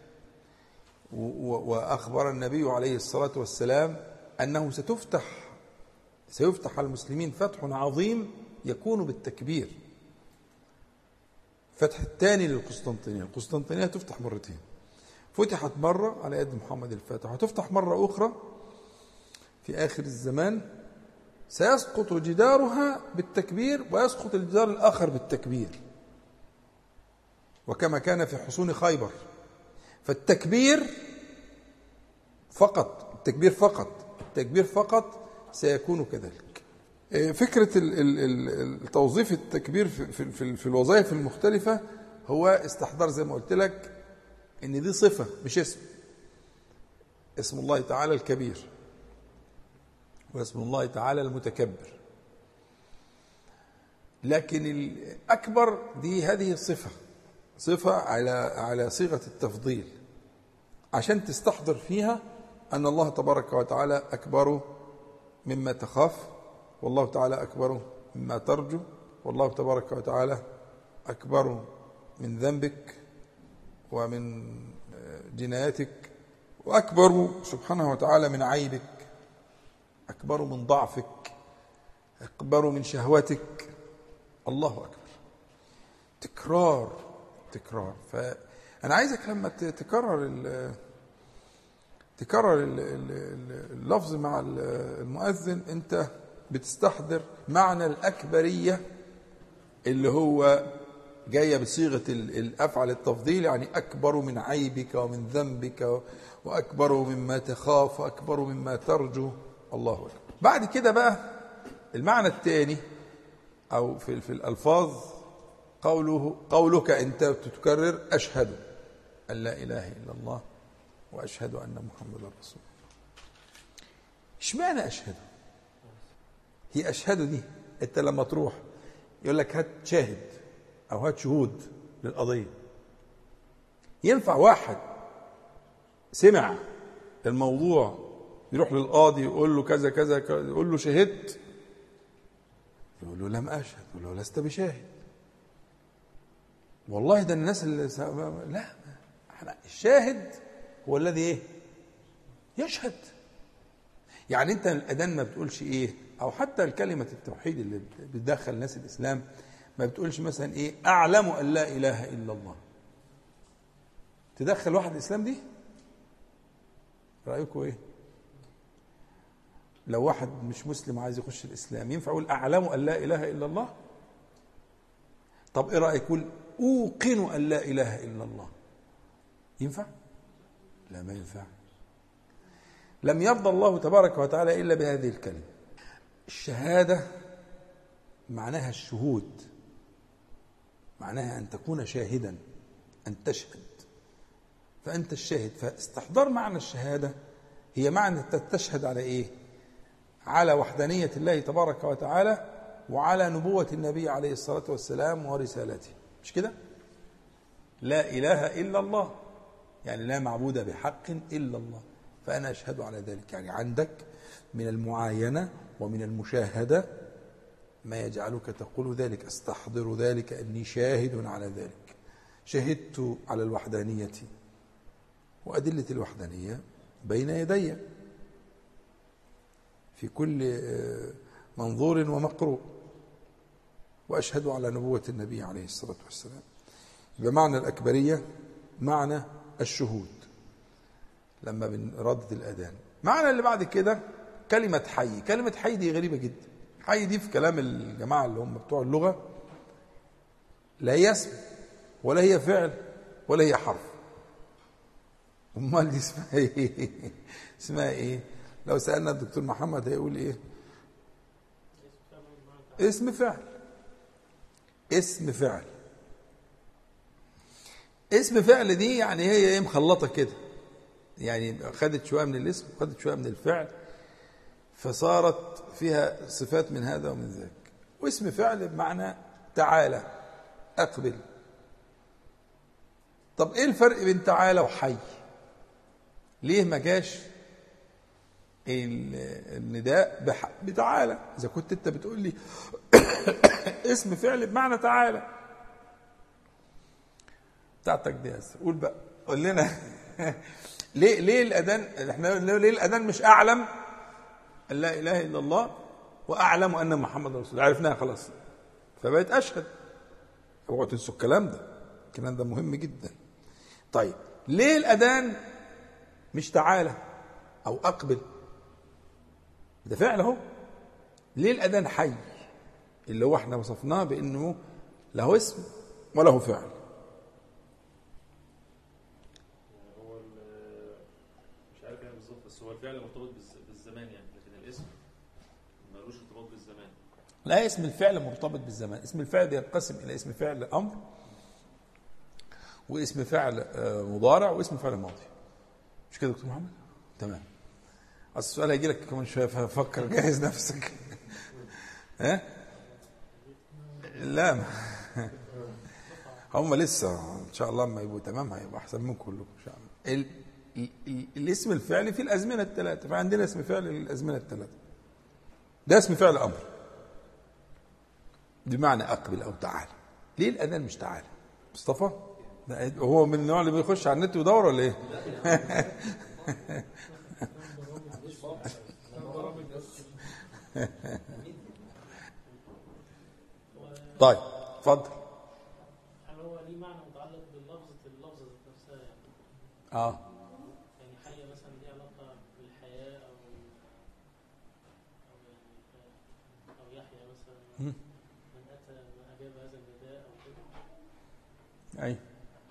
وأخبر النبي عليه الصلاة والسلام أنه ستفتح سيفتح على المسلمين فتح عظيم يكون بالتكبير. فتح الثاني للقسطنطينية، القسطنطينية تفتح مرتين، فتحت مرة على يد محمد الفاتح، وتفتح مرة أخرى في آخر الزمان، سيسقط جدارها بالتكبير ويسقط الجدار الآخر بالتكبير، وكما كان في حصون خيبر. فالتكبير فقط التكبير فقط التكبير فقط سيكون كذلك. فكرة توظيف التكبير في, في, في الوظائف المختلفة هو استحضار زي ما قلت لك إن دي صفة مش اسم. اسم الله تعالى الكبير واسم الله تعالى المتكبر، لكن الأكبر دي هذه الصفة صفة على على صيغة التفضيل، عشان تستحضر فيها أن الله تبارك وتعالى أكبر مما تخاف، والله تعالى أكبر مما ترجو، والله تبارك وتعالى أكبر من ذنبك ومن جنايتك، وأكبر سبحانه وتعالى من عيبك، أكبر من ضعفك، أكبر من شهوتك. الله أكبر. تكرار تكرار. فأنا عايزك لما تكرر ال تكرر اللفظ مع المؤذن أنت بتستحضر معنى الأكبرية اللي هو جاية بصيغة الأفعل التفضيل، يعني أكبر من عيبك ومن ذنبك، وأكبر مما تخاف، وأكبر مما ترجو. الله أكبر. بعد كده بقى المعنى الثاني أو في, في الألفاظ قوله قولك أنت تكرر أشهد أن لا إله إلا الله وأشهد أن محمد رسول الله. اشمعنى أشهد؟ هي أشهد دي أنت لما تروح يقول لك هات شاهد أو هات شهود للقضية. ينفع واحد سمع الموضوع يروح للقاضي يقول له كذا كذا يقول له شهدت؟ يقول له لم أشهد. يقول له لست بشاهد. والله ده الناس اللي س... لا الشاهد هو الذي ايه يشهد. يعني انت الأذان ما بتقولش ايه، او حتى الكلمة التوحيد اللي بتدخل الناس الإسلام ما بتقولش مثلا ايه أعلم أن لا إله إلا الله. تدخل واحد الإسلام دي؟ رأيكم ايه؟ لو واحد مش مسلم عايز يخش الإسلام ينفع يقول أعلم أن لا إله إلا الله؟ طب ايه رأيك يقول أوقن أن لا إله إلا الله؟ ينفع؟ لا ما ينفع. لم يرضى الله تبارك وتعالى إلا بهذه الكلمة. الشهادة معناها الشهود، معناها أن تكون شاهدا، أن تشهد، فأنت الشاهد. فاستحضار معنى الشهادة هي معنى تشهد على إيه؟ على وحدانية الله تبارك وتعالى وعلى نبوة النبي عليه الصلاة والسلام ورسالته. مش كده؟ لا إله إلا الله، يعني لا معبود بحق إلا الله، فأنا أشهد على ذلك. يعني عندك من المعاينة ومن المشاهدة ما يجعلك تقول ذلك. أستحضر ذلك أني شاهد على ذلك. شهدت على الوحدانية وأدلة الوحدانية بين يدي في كل منظور ومقروء، وأشهد على نبوة النبي عليه الصلاة والسلام. بمعنى الأكبرية معنى الشهود لما بنردد الأذان. معنى اللي بعد كده كلمة حي. كلمة حي دي غريبة جدا. حي دي في كلام الجماعة اللي هم بتوع اللغة لا هي اسم ولا هي فعل ولا هي حرف. امال دي اسمها ايه؟ اسمها ايه؟ لو سالنا الدكتور محمد هيقول ايه؟ اسم فعل. اسم فعل. اسم فعل دي يعني هي ايه؟ مخلطه كده، يعني خدت شويه من الاسم وخدت شويه من الفعل، فصارت فيها صفات من هذا ومن ذاك. واسم فعل بمعنى تعالى، اقبل. طب ايه الفرق بين تعالى وحي؟ ليه ما جاش النداء بتعالى؟ اذا كنت انت بتقول لي اسم فعل بمعنى تعالى بتاعتك دي، قول بقى، قول لنا ليه ليه الاذان احنا ليه الاذان مش اعلم ان لا اله الا الله واعلم ان محمد رسول الله؟ عرفناها خلاص، فبقيت اشهد. اوعوا تنسوا الكلام ده، الكلام ده مهم جدا. طيب ليه الاذان مش تعالى او اقبل؟ ده فعل اهو. ليه الاذان حي اللي هو احنا وصفناه بانه له اسم وله فعل؟ هو مش عارف يعني بالظبط، بس هو الفعل مرتبط بالزمان يعني، لكن الاسم ملوش ارتباط بالزمان. لا، اسم الفعل مرتبط بالزمان. اسم الفعل بينقسم الى اسم فعل امر، واسم فعل مضارع، واسم فعل ماضي. مش كده يا دكتور محمد؟ تمام. السؤال هيجي لك كمان شويه، ففكر جهز نفسك. ها؟ لا هم لسه ان شاء الله ما يبقوا تمام هيبقوا احسن من كلكم ان شاء الله. ال... ال... ال... الاسم الفعلي في الازمنه الثلاثه، فعندنا اسم فعل للازمنه الثلاثه. ده اسم فعل امر بمعنى اقبل او تعالى. ليه الاذان مش تعالى؟ مصطفى هو من النوع اللي بيخش على النت ويدور ولا ايه؟ طيب اتفضل. هل هو ليه معنى متعلق باللفظة اللفظة نفسها يعني؟ اه يعني حي مثلا ليه علاقة بالحياة أو أو يعني أو يحيى مثلا من أتى ما أجاب هذا النداء أو كده. أي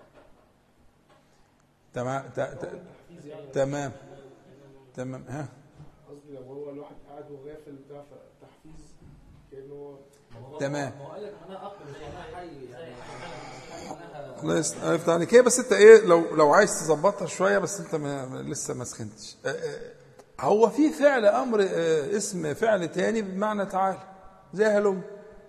تمام تمام تمام. ها قصدي لو هو الواحد قاعد وغافل بتاع تحفيز كأنه تمام. ما هو قال لك انا اقبل انا حي يعني الله يفتح عليك. ايه بس انت ايه لو لو عايز تظبطها شويه، بس انت ما لسه ما سخنتش. هو في فعل امر اسم فعل تاني بمعنى تعالى زي هلم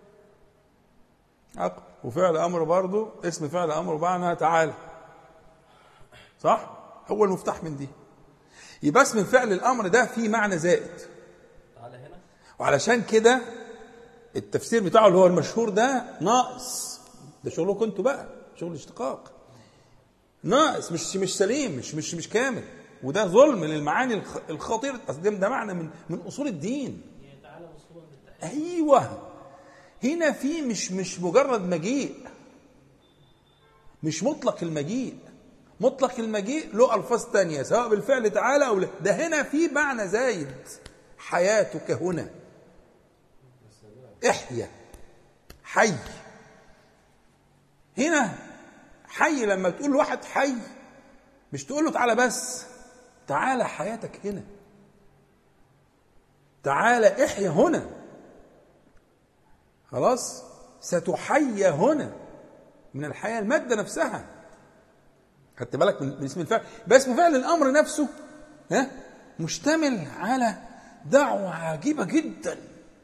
عقل، وفعل امر برضو اسم فعل امر بمعنى تعالى، صح؟ هو المفتاح من دي. يبقى اسم فعل الامر ده فيه معنى زائد تعالى هنا، وعلشان كده التفسير بتاعه اللي هو المشهور ده ناقص. ده شغلكم انتوا بقى، شغل اشتقاق ناقص، مش مش سليم، مش مش مش كامل، وده ظلم للمعاني الخطيره. اصل ده معنى من من اصول الدين. ايوه، هنا في مش مش مجرد مجيء، مش مطلق المجيء. مطلق المجيء له الفاظ تانية سواء بالفعل تعالى او لا. ده هنا في معنى زايد، حياتك هنا، احيا، حي. هنا حي لما تقول واحد حي مش تقول له تعالى بس، تعالى حياتك هنا، تعالى احيا هنا، خلاص ستحيى هنا من الحياة، المادة نفسها. خدت بالك من اسم الفعل؟ بس اسم فعل الأمر نفسه ها مشتمل على دعوة عجيبة جدا،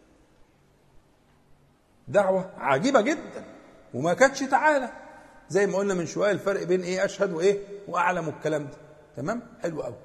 دعوة عجيبة جدا، وما كانتش تعالى زي ما قلنا من شوية. الفرق بين ايه أشهد وايه وأعلم الكلام ده. تمام، حلو قوي.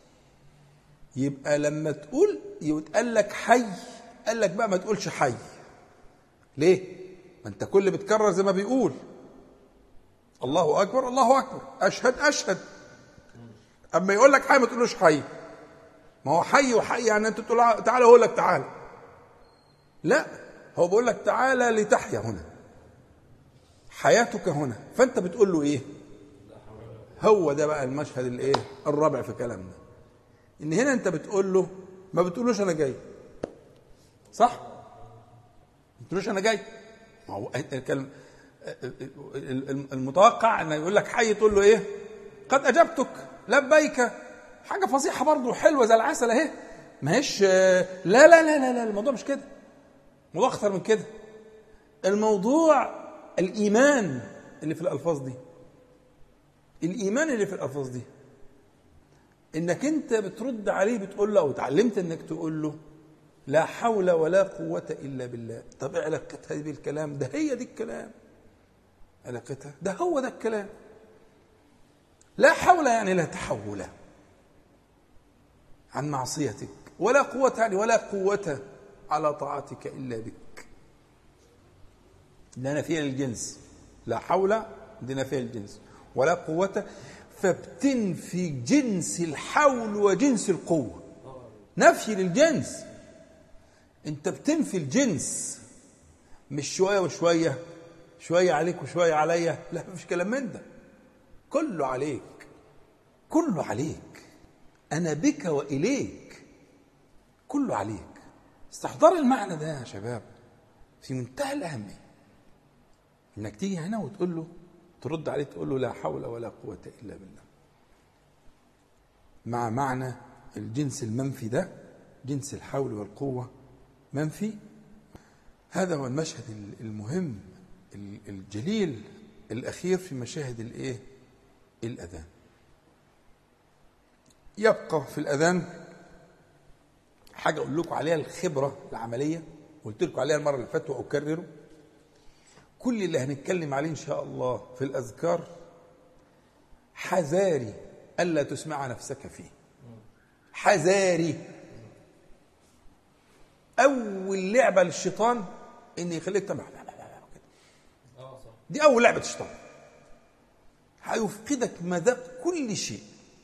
يبقى لما تقول يتقال لك حي، قال لك بقى ما تقولش حي. ليه؟ ما انت كل بتكرر زي ما بيقول الله أكبر الله أكبر، أشهد أشهد. أما يقول لك حي ما تقولوش حي. ما هو حي وحي يعني أنت تقول تعالى هو لك تعالى. لا، هو بيقول لك تعالى لتحيا هنا، حياتك هنا. فأنت بتقول له إيه؟ هو ده بقى المشهد الإيه الرابع في كلامنا، إن هنا أنت بتقول له، ما بتقولوش أنا جاي، صح؟ ما بتقولوش أنا جاي. ما هو المتوقع أن يقول لك حي تقول له إيه؟ قد أجبتك، لبيك حاجة فصيحة برضه حلوة زي العسل اهي، ما هيش لا لا لا لا لا الموضوع مش كده، الموضوع أخطر من كده. الموضوع الإيمان اللي في الألفاظ دي، الإيمان اللي في الألفاظ دي، إنك أنت بترد عليه بتقول له، أو تعلمت إنك تقول له لا حول ولا قوة إلا بالله. طب إيه علاقتها دي بالكلام ده؟ هي دي الكلام، علاقتها ده هو ده الكلام. لا حول يعني لا تحول عن معصيتك، ولا قوة يعني ولا قوة على طاعتك إلا بك. ده نفي الجنس، لا حول دي نفي الجنس، ولا قوة، فبتنفي جنس الحول وجنس القوة، نفي للجنس. انت بتنفي الجنس، مش شوية وشوية، شوية عليك وشوية عليا، لا مفيش كلام من ده، كله عليك، كله عليك، أنا بك وإليك، كله عليك. استحضار المعنى ده يا شباب في منتهى الأهمية، إنك تيجي هنا وتقول له، ترد عليه تقول له لا حول ولا قوة إلا بالله، مع معنى الجنس المنفي ده، جنس الحول والقوة منفي. هذا هو المشهد المهم الجليل الأخير في مشاهد الإيه؟ الأذان. يبقى في الأذان حاجة أقول لكم عليها الخبرة العملية، قلت لكم عليها المرة اللي فاتت وأكرره. كل اللي هنتكلم عليه إن شاء الله في الأذكار حذاري ألا تسمع نفسك فيه، حذاري. أول لعبة للشيطان إن يخليك تمام، دي أول لعبة الشيطان، هيفقدك مذاق كل شيء،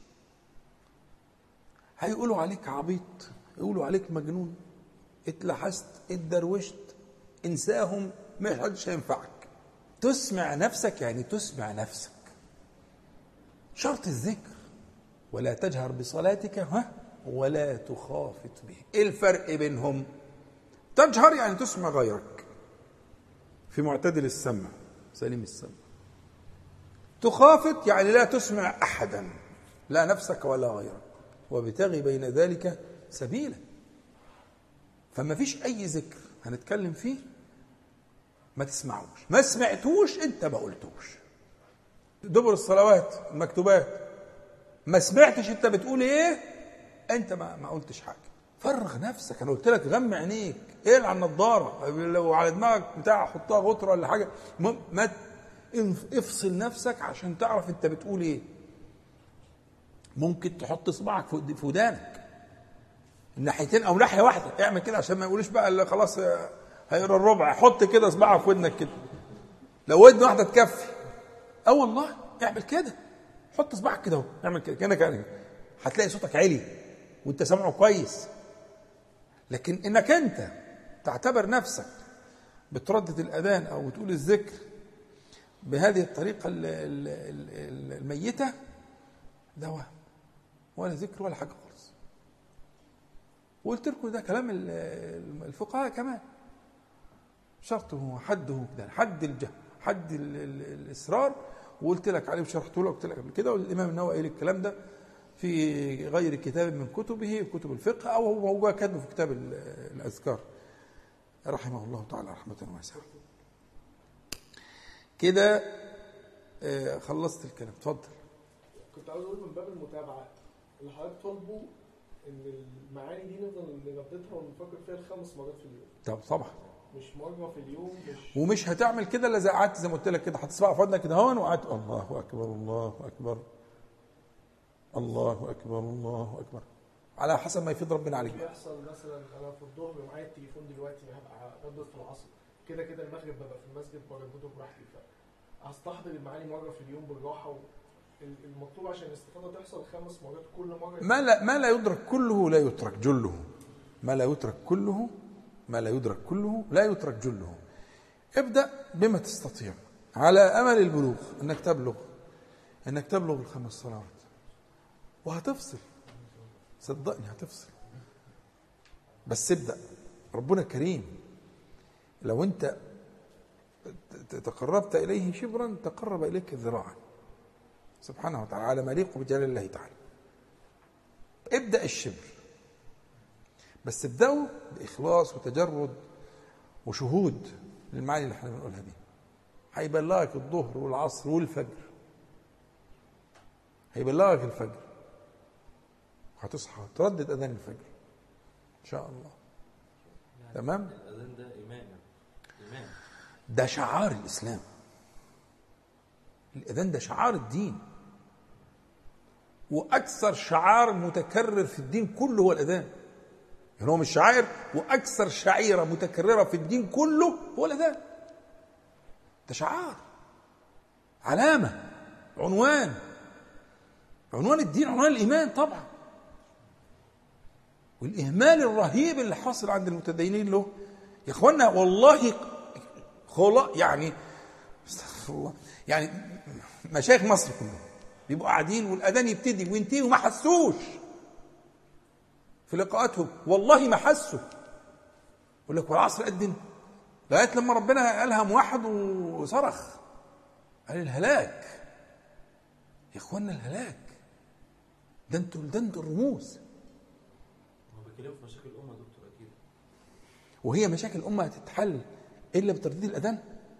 هيقولوا عليك عبيط، يقولوا عليك مجنون، اتلحست، اتدروشت، انساهم، ما حدش هينفعك. تسمع نفسك يعني تسمع نفسك. شرط الذكر ولا تجهر بصلاتك ها ولا تخافت به. ايه الفرق بينهم؟ تجهر يعني تسمع غيرك في معتدل السمع سليم السمع، تخافت يعني لا تسمع أحدا، لا نفسك ولا غيرك، وابتغي بين ذلك سبيلا. فما فيش أي ذكر هنتكلم فيه ما تسمعوش، ما سمعتوش أنت ما قلتوش. دبر الصلوات المكتوبات ما سمعتش أنت بتقول إيه، أنت ما, ما قلتش حاجة. فرغ نفسك، أنا قلت لك غمي عينيك، اقلع النضارة، لو على دماغك بتاع حطها غطرة ولا حاجة، ما افصل نفسك عشان تعرف أنت بتقول إيه. ممكن تحط صباعك في ودانك الناحيتين او ناحيه واحده، اعمل كده عشان ما يقولوش بقى اللي خلاص هيقرا الربع، حط كده صباعك في ودنك كده، لو ودن واحده تكفي. اه والله اعمل كده، حط صباعك كده اهو، اعمل كده كانك كده، هتلاقي صوتك عالي وانت سامعه كويس. لكن انك انت تعتبر نفسك بتردد الاذان او بتقول الذكر بهذه الطريقه الميته، ده وهم، ولا ذكر ولا حاجة خالص. وقلت لكم ده كلام الفقهاء كمان، شرطه حده كده، حد الجهل، حد الإصرار، وقلت لك عليه وشرحته لك، قلت لك قبل كده. والإمام النووي قال الكلام ده في غير كتاب من كتبه، كتب الفقه، أو هو كاتبه في كتاب الأذكار رحمه الله تعالى رحمة واسعة. كده خلصت الكلام، اتفضل. كنت عاوز اقول من باب المتابعه اللي حضرتك طالبه ان المعاني دي نفضل نرددها ونفكر فيها الخمس مرات في اليوم. طب طبعا مش مره في اليوم، مش ومش هتعمل كده الا اذا قعدت زي ما قلت لك كده، هتصبع في ودنك كده هون وقعدت الله اكبر الله اكبر الله اكبر الله اكبر على حسب ما يفيد ربنا عليك. بيحصل مثلا انا في الظهر معايا التليفون دلوقتي، هبقى ردد في العصر، كده كده المغرب ببقى في المسجد بردده براحتي، فهستحضر المعاني مره في اليوم بالراحه. و... المطلوب عشان الاستفاده تحصل خمس مرات كل مره. ما لا ما لا يدرك كله لا يترك جله، ما لا يترك كله ما لا يدرك كله لا يترك جله. ابدأ بما تستطيع على أمل البلوغ، أنك تبلغ أنك تبلغ الخمس صلوات، وهتفصل صدقني هتفصل. بس ابدأ، ربنا كريم، لو أنت تقربت إليه شبرا تقرب إليك ذراعا، سبحانه وتعالى على ما يليق بجلال الله تعالى. ابدأ الشبر، بس ابدأوا بإخلاص وتجرد وشهود للمعاني اللي احنا بنقولها دي. هيبلغك الظهر والعصر والفجر، هيبلغك الفجر، هتصحى تردد أذان الفجر إن شاء الله. يعني تمام؟ الأذان ده إيمان، إيمان ده شعار الإسلام. الأذان ده شعار الدين، وأكثر شعار متكرر في الدين كله هو الأذان. يعني هو مش شعائر، وأكثر شعيرة متكررة في الدين كله هو الأذان. ده شعار، علامة، عنوان، عنوان الدين، عنوان الإيمان طبعا. والإهمال الرهيب اللي حاصل عند المتدينين له يا إخوانا والله خلا يعني استغفر الله، يعني مشايخ مصر كلهم بيبقوا قاعدين والأذان يبتدي وينتهي وما حسوش في لقاءاتهم، والله ما حسوا. يقول لك والعصر أذن لغاية لما ربنا ألهم واحد وصرخ قال الهلاك. يا إخوانا الهلاك ده انتوا ده انتوا الرموز. هو بيتكلموا في مشاكل الأمة دكتور أكيد، وهي مشاكل الأمة هتتحل إلا بترديد الأذان؟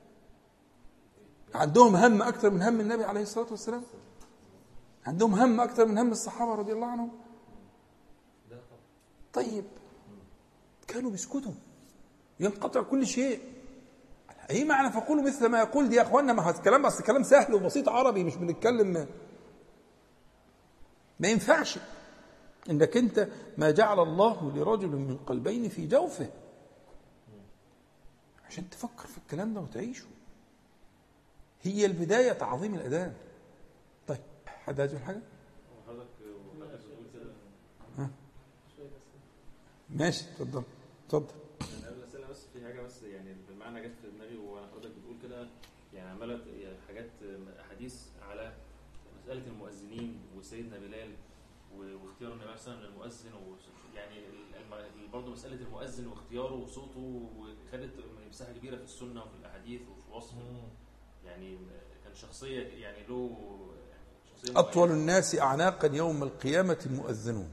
عندهم هم أكثر من هم النبي عليه الصلاة والسلام؟ عندهم هم أكثر من هم الصحابة رضي الله عنهم؟ طيب كانوا بيسكتوا ينقطع كل شيء. ايه معنى فقولوا مثل ما يقول دي يا اخوانا؟ ما هو الكلام بس كلام سهل وبسيط عربي، مش بنتكلم ما, ما ينفعش انك انت ما جعل الله لرجل من قلبين في جوفه عشان تفكر في الكلام ده وتعيشه. هي البداية تعظيم الأذان. طيب حد عايز يقول حاجة؟ ماشي اتفضل اتفضل. انا قبل الاسئله بس في حاجه بس يعني بالمعنى جت في دماغي وانا حضرتك بتقول كده، يعني عماله يعني حاجات احاديث على مساله المؤذنين وسيدنا بلال واختيار النبي صلى الله عليه وسلم للمؤذن، يعني برضه مساله المؤذن واختياره وصوته وخدت مساحه كبيره في السنه وفي الاحاديث وفي وصف، يعني كان شخصيه يعني له شخصيه اطول الناس اعناقا يوم القيامه المؤذنون.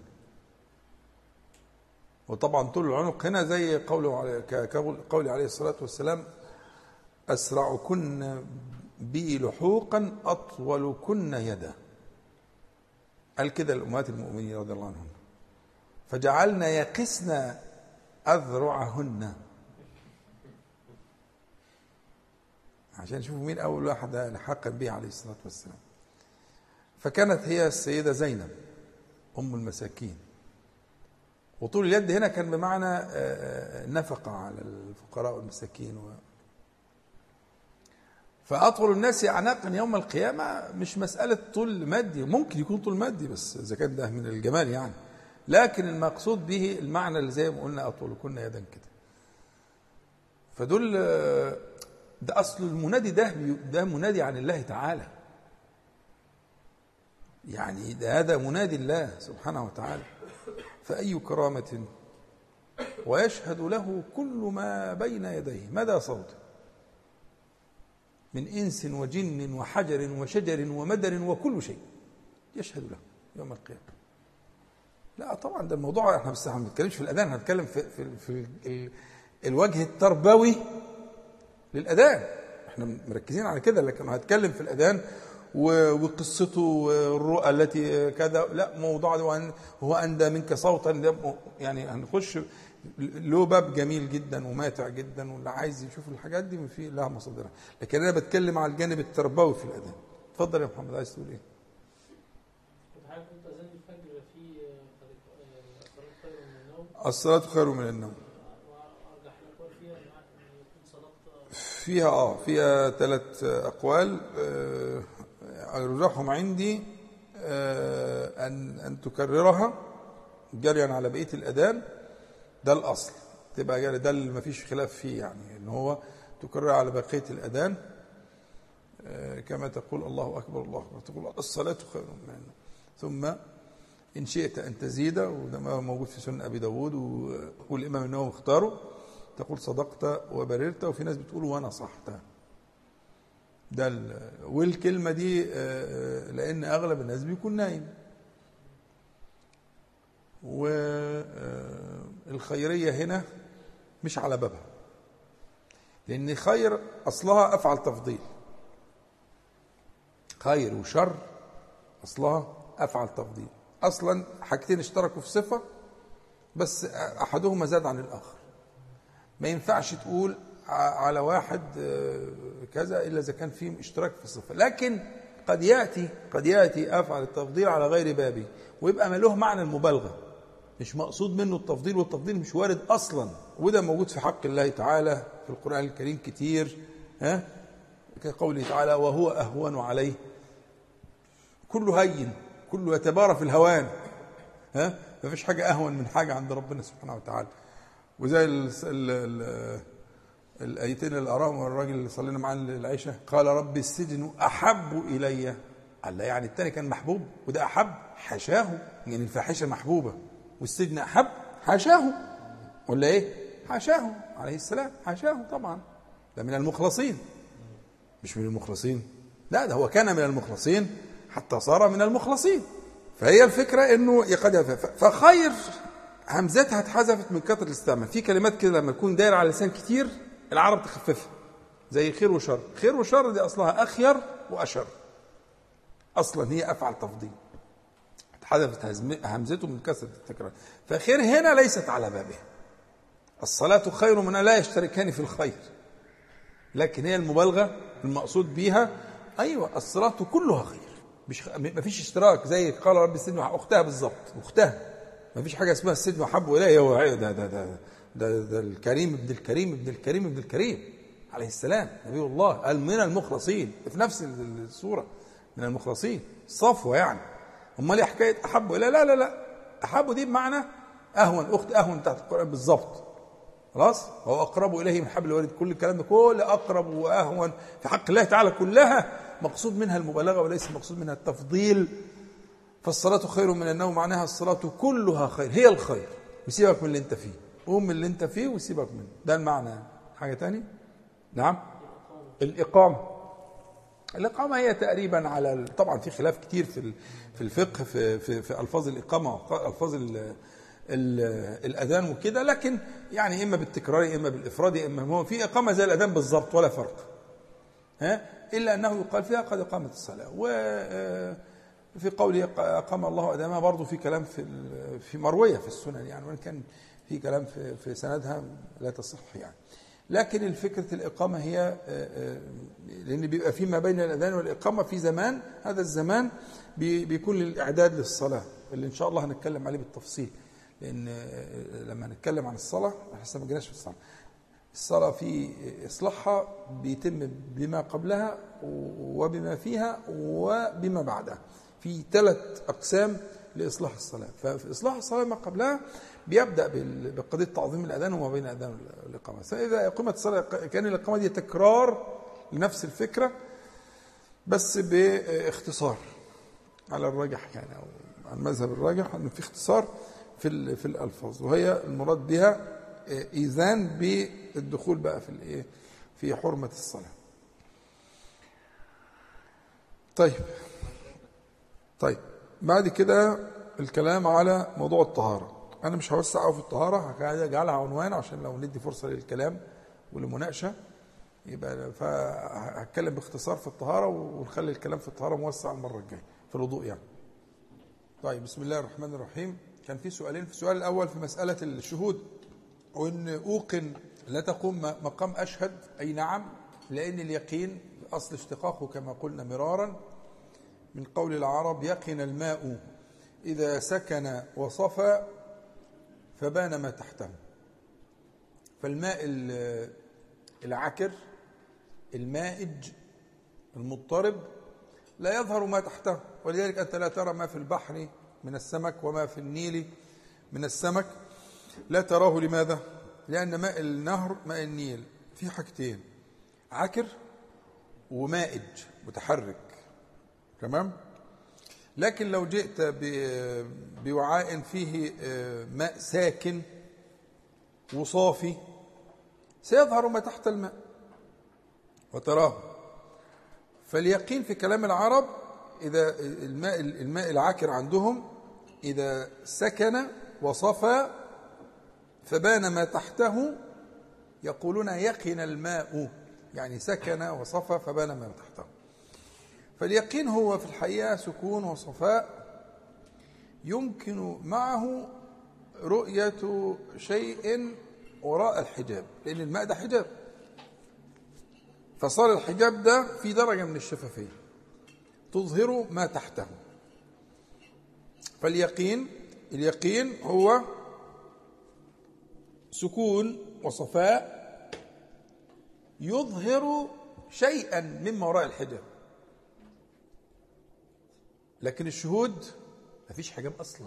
وطبعا طول العنق هنا زي قوله كقول عليه الصلاة والسلام أسرعكن بي لحوقا أطولكن يدا. قال كده الأمهات المؤمنين رضي الله عنهم فجعلنا يقسن أذرعهن عشان شوفوا مين أول واحد لحقا به عليه الصلاة والسلام. فكانت هي السيدة زينب أم المساكين. وطول اليد هنا كان بمعنى نفقة على الفقراء والمساكين و... فأطول الناس أعناقا يوم القيامة مش مسألة طول مادي، ممكن يكون طول مادي بس إذا كان ده من الجمال يعني، لكن المقصود به المعنى اللي زي ما قلنا أطولكن يدا كده. فدول ده أصل المنادي ده ده منادي عن الله تعالى، يعني ده هذا منادي الله سبحانه وتعالى. فأي كرامة ويشهد له كل ما بين يديه مدى صوته من إنس وجن وحجر وشجر ومدر وكل شيء يشهد له يوم القيامة. لا طبعا ده الموضوع احنا بس ما بنتكلمش في الأذان، هنتكلم في, في, في ال الوجه التربوي للأذان، احنا مركزين على كده، لكن هنتكلم في الأذان وقصته والرؤى التي كذا لا موضوع هو أندى منك صوتا، يعني هنخش له باب جميل جدا وماتع جدا، واللي عايز يشوف الحاجات دي في لها مصادرها، لكن أنا بتكلم على الجانب التربوي في الأذان. اتفضل يا محمد عايز تقول ايه؟ كنت حضرتك قلت أذان الفجر في الصلاة خير من النوم. الصلاة خير من النوم. وأرجح الأقوال فيها أن يكون صلاة فيها اه فيها ثلاث أقوال، آه أرجحهم عندي آه أن أن تكررها جريا على بقية الأذان، ده الأصل تبقى جري، ده اللي ما فيش خلاف فيه، يعني إن هو تكرر على بقية الأذان آه كما تقول الله أكبر الله أكبر، تقول الصلاة خير من النوم، ثم إن شئت أن تزيد، وده ما موجود في سنن أبي داود والإمام النووي اختاره، تقول صدقت وبررت، وفي ناس بتقول ونصحت، ده ال... والكلمة دي لأن أغلب الناس بيكون نايم. والخيرية هنا مش على بابها، لأن خير أصلها أفعل تفضيل. خير وشر أصلها أفعل تفضيل. أصلا حاجتين اشتركوا في صفة بس أحدهما زاد عن الآخر. ما ينفعش تقول على واحد كذا إلا إذا كان فيه اشتراك في الصفة. لكن قد يأتي قد يأتي أفعل التفضيل على غير بابه ويبقى ما له معنى المبالغة، مش مقصود منه التفضيل، والتفضيل مش وارد أصلا. وده موجود في حق الله تعالى في القرآن الكريم كتير، ها كقوله تعالى وهو أهون عليه، كله هين، كله يتبارى في الهوان، ها ما فيش حاجة أهون من حاجة عند ربنا سبحانه وتعالى. وزي ال ال ال الآيتين اللي قراهم الراجل اللي صلينا معاه العشاء، قال رب السجن أحب إلي. قال يعني التاني كان محبوب وده أحب، حاشاه، يعني الفاحشة محبوبة والسجن أحب، حاشاه ولا إيه؟ حاشاه عليه السلام، حاشاه طبعا. ده من المخلصين، مش من المخلصين، لا ده هو كان من المخلصين حتى صار من المخلصين. فهي الفكرة إنه يقد فخير همزتها اتحذفت من كثرة الاستعمال. في كلمات كده لما تكون دايرة على لسان كتير العرب تخففها، زي خير وشر. خير وشر دي أصلها أخير وأشر، أصلا هي أفعل تفضيل، اتحذفت همزته من كثرة التكرار. فخير هنا ليست على بابه. الصلاة خير من لا يشتركان في الخير، لكن هي المبالغة المقصود بيها. أيوة الصلاة كلها خير، مش ما فيش اشتراك زي قال رب السجن أختها بالضبط، أختها ما فيش حاجة اسمها السجن وحب إليه هو ده ده ده ده, ده, ده الكريم ابن الكريم ابن الكريم ابن الكريم عليه السلام نبي الله، قال من المخلصين في نفس السورة، من المخلصين صفوة يعني. أمال ليه حكاية أحب إليه؟ لا لا لا، أحب دي بمعنى أهون، أخت أهون تحت القرآن بالضبط، خلاص. هو أقرب إليه من حبل الوريد، كل الكلام ده كل أقرب وأهون في حق الله تعالى كلها مقصود منها المبالغة وليس مقصود منها التفضيل. فالصلاة خير من النوم، معناها الصلاة كلها خير، هي الخير، وسيبك من اللي انت فيه، قوم من اللي انت فيه وسيبك منه، ده المعنى. حاجة تاني؟ نعم. الإقامة الإقامة هي تقريبا على، طبعا في خلاف كتير في في الفقه في في, في ألفاظ الإقامة ألفاظ ال ال الأذان وكده، لكن يعني إما بالتكرار إما بالإفراد إما هو في إقامة زي الأذان بالضبط ولا فرق، ها، إلا أنه يقال فيها قد إقامة الصلاة. و في قوله أقام الله أدامها برضو في كلام في في مروية في السنن يعني، وإن كان في كلام في في سندها لا تصح يعني. لكن الفكرة الإقامة هي لأن بيبقى فيما بين الأذان والإقامة في زمان، هذا الزمان بيكون للإعداد للصلاة اللي إن شاء الله هنتكلم عليه بالتفصيل، لأن لما هنتكلم عن الصلاة احنا ما جيناش في الصلاة. الصلاة في إصلاحها بيتم بما قبلها وبما فيها وبما بعدها، في ثلاث أقسام لإصلاح الصلاة. ففي إصلاح الصلاة ما قبلها بيبدأ بقضية تعظيم الأذان وما بين الأذان والإقامة. فإذا أقيمت الصلاة كان الإقامة دي تكرار لنفس الفكرة بس باختصار على الراجح يعني، أو على المذهب الراجح أنه في اختصار في في الألفاظ، وهي المراد بها إيذان بالدخول بقى في الإيه في حرمة الصلاة. طيب طيب بعد كده الكلام على موضوع الطهارة. أنا مش هوسع أوي في الطهارة، هجعلها عنوان عشان لو ندي فرصة للكلام وللمناقشة يبقى، فهتكلم باختصار في الطهارة ونخلي الكلام في الطهارة موسع المرة الجاية في الوضوء يعني. طيب بسم الله الرحمن الرحيم. كان في سؤالين، في السؤال الأول في مسألة الشهود، وإن أوقن لا تقوم مقام أشهد، أي نعم، لأن اليقين أصل اشتقاقه كما قلنا مرارا من قول العرب يقن الماء إذا سكن وصفى فبان ما تحته. فالماء العكر المائج المضطرب لا يظهر ما تحته، ولذلك أنت لا ترى ما في البحر من السمك وما في النيل من السمك، لا تراه. لماذا؟ لأن ماء النهر ماء النيل في حاجتين، عكر ومائج متحرك، تمام. لكن لو جئت بوعاء فيه ماء ساكن وصافي سيظهر ما تحت الماء وتراه. فاليقين في كلام العرب إذا الماء الماء العاكر عندهم إذا سكن وصفى فبان ما تحته يقولون يقن الماء، يعني سكن وصفى فبان ما تحته. فاليقين هو في الحقيقة سكون وصفاء يمكن معه رؤية شيء وراء الحجاب، لأن الماء ده حجاب، فصار الحجاب ده في درجة من الشفافية تظهر ما تحته. فاليقين اليقين هو سكون وصفاء يظهر شيئا مما وراء الحجاب. لكن الشهود ما فيش حجاب أصلا.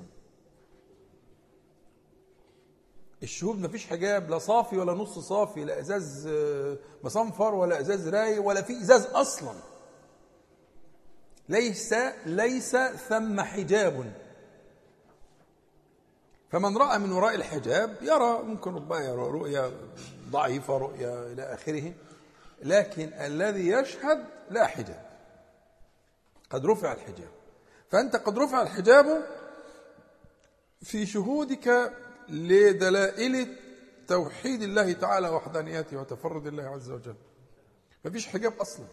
الشهود ما فيش حجاب، لا صافي ولا نص صافي، لا إزاز مصنفر ولا إزاز راي ولا في إزاز أصلا. ليس ليس ثم حجاب. فمن رأى من وراء الحجاب يرى، ممكن ربما يرى رؤية ضعيفة، رؤية إلى آخره، لكن الذي يشهد لا حجاب، قد رفع الحجاب. فأنت قد رفع الحجاب في شهودك لدلائل توحيد الله تعالى وحدانيته وتفرد الله عز وجل. ما فيش حجاب أصلا،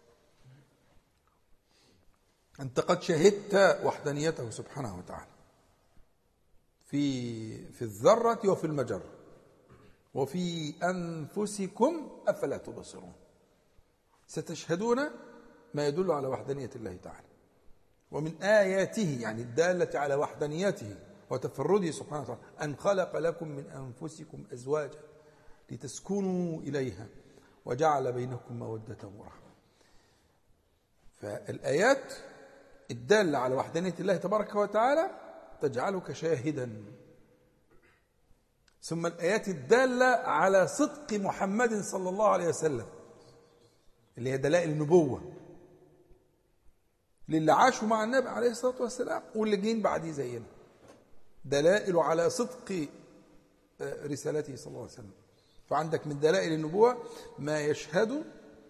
أنت قد شهدت وحدانيته سبحانه وتعالى في في الذرة وفي المجرة وفي أنفسكم أفلا تبصرون. ستشهدون ما يدل على وحدانية الله تعالى، ومن آياته يعني الدالة على وحدانيته وتفرده سبحانه وتعالى أن خلق لكم من أنفسكم أزواجا لتسكنوا إليها وجعل بينكم مودة ورحمة. فالآيات الدالة على وحدانية الله تبارك وتعالى تجعلك شاهدا، ثم الآيات الدالة على صدق محمد صلى الله عليه وسلم اللي هي دلائل النبوة للي عاشوا مع النبي عليه الصلاة والسلام واللي جين بعديه زينا، دلائل على صدق رسالته صلى الله عليه وسلم. فعندك من دلائل النبوة ما يشهد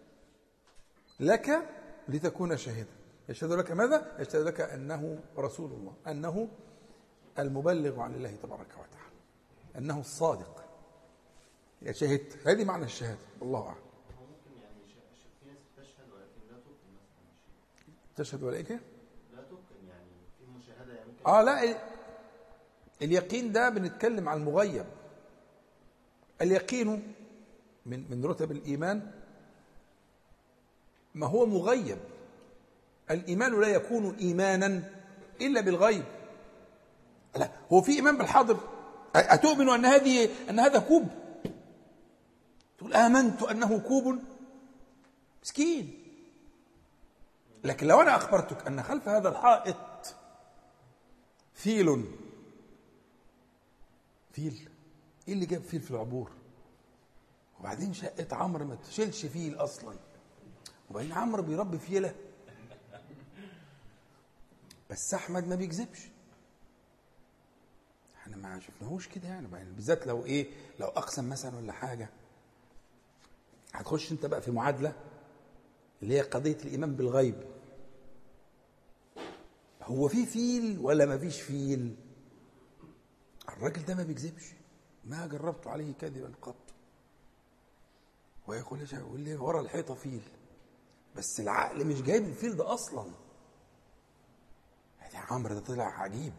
لك لتكون شاهدا. يشهد لك ماذا؟ يشهد لك أنه رسول الله، أنه المبلغ عن الله تبارك وتعالى، أنه الصادق. يا شهدت، هذه معنى الشهادة. الله أعلم. ممكن يعني في ناس تشهد ولكن لا تقن مثلا. تشهد ولكن لا تقن، يعني في مشاهدة يعني ممكن. آه لا، اليقين ده بنتكلم عن المغيب. اليقين من من رتب الإيمان ما هو مغيب. الإيمان لا يكون إيمانا إلا بالغيب. لا، هو في إيمان بالحاضر. أتؤمن أن هذه أن هذا كوب؟ تقول آمنت أنه كوب، مسكين. لكن لو أنا أخبرتك أن خلف هذا الحائط فيل، فيل إيه اللي جاب فيل في العبور؟ وبعدين شقة عمرو ما تشيلش فيل أصلا، وبعدين عمرو بيربي فيلة، بس أحمد ما بيكذبش. احنا ما شفناهوش كده يعني، بالذات لو ايه لو اقسم مثلا ولا حاجه، هتخش انت بقى في معادله اللي هي قضيه الايمان بالغيب. هو في فيل ولا ما فيش فيل؟ الراجل ده ما بيكذبش، ما جربت عليه كذبا قط. ويقول يقول لي ورا الحيطه فيل، بس العقل مش جايب الفيل ده اصلا. هذا عمرو ده طلع عجيب،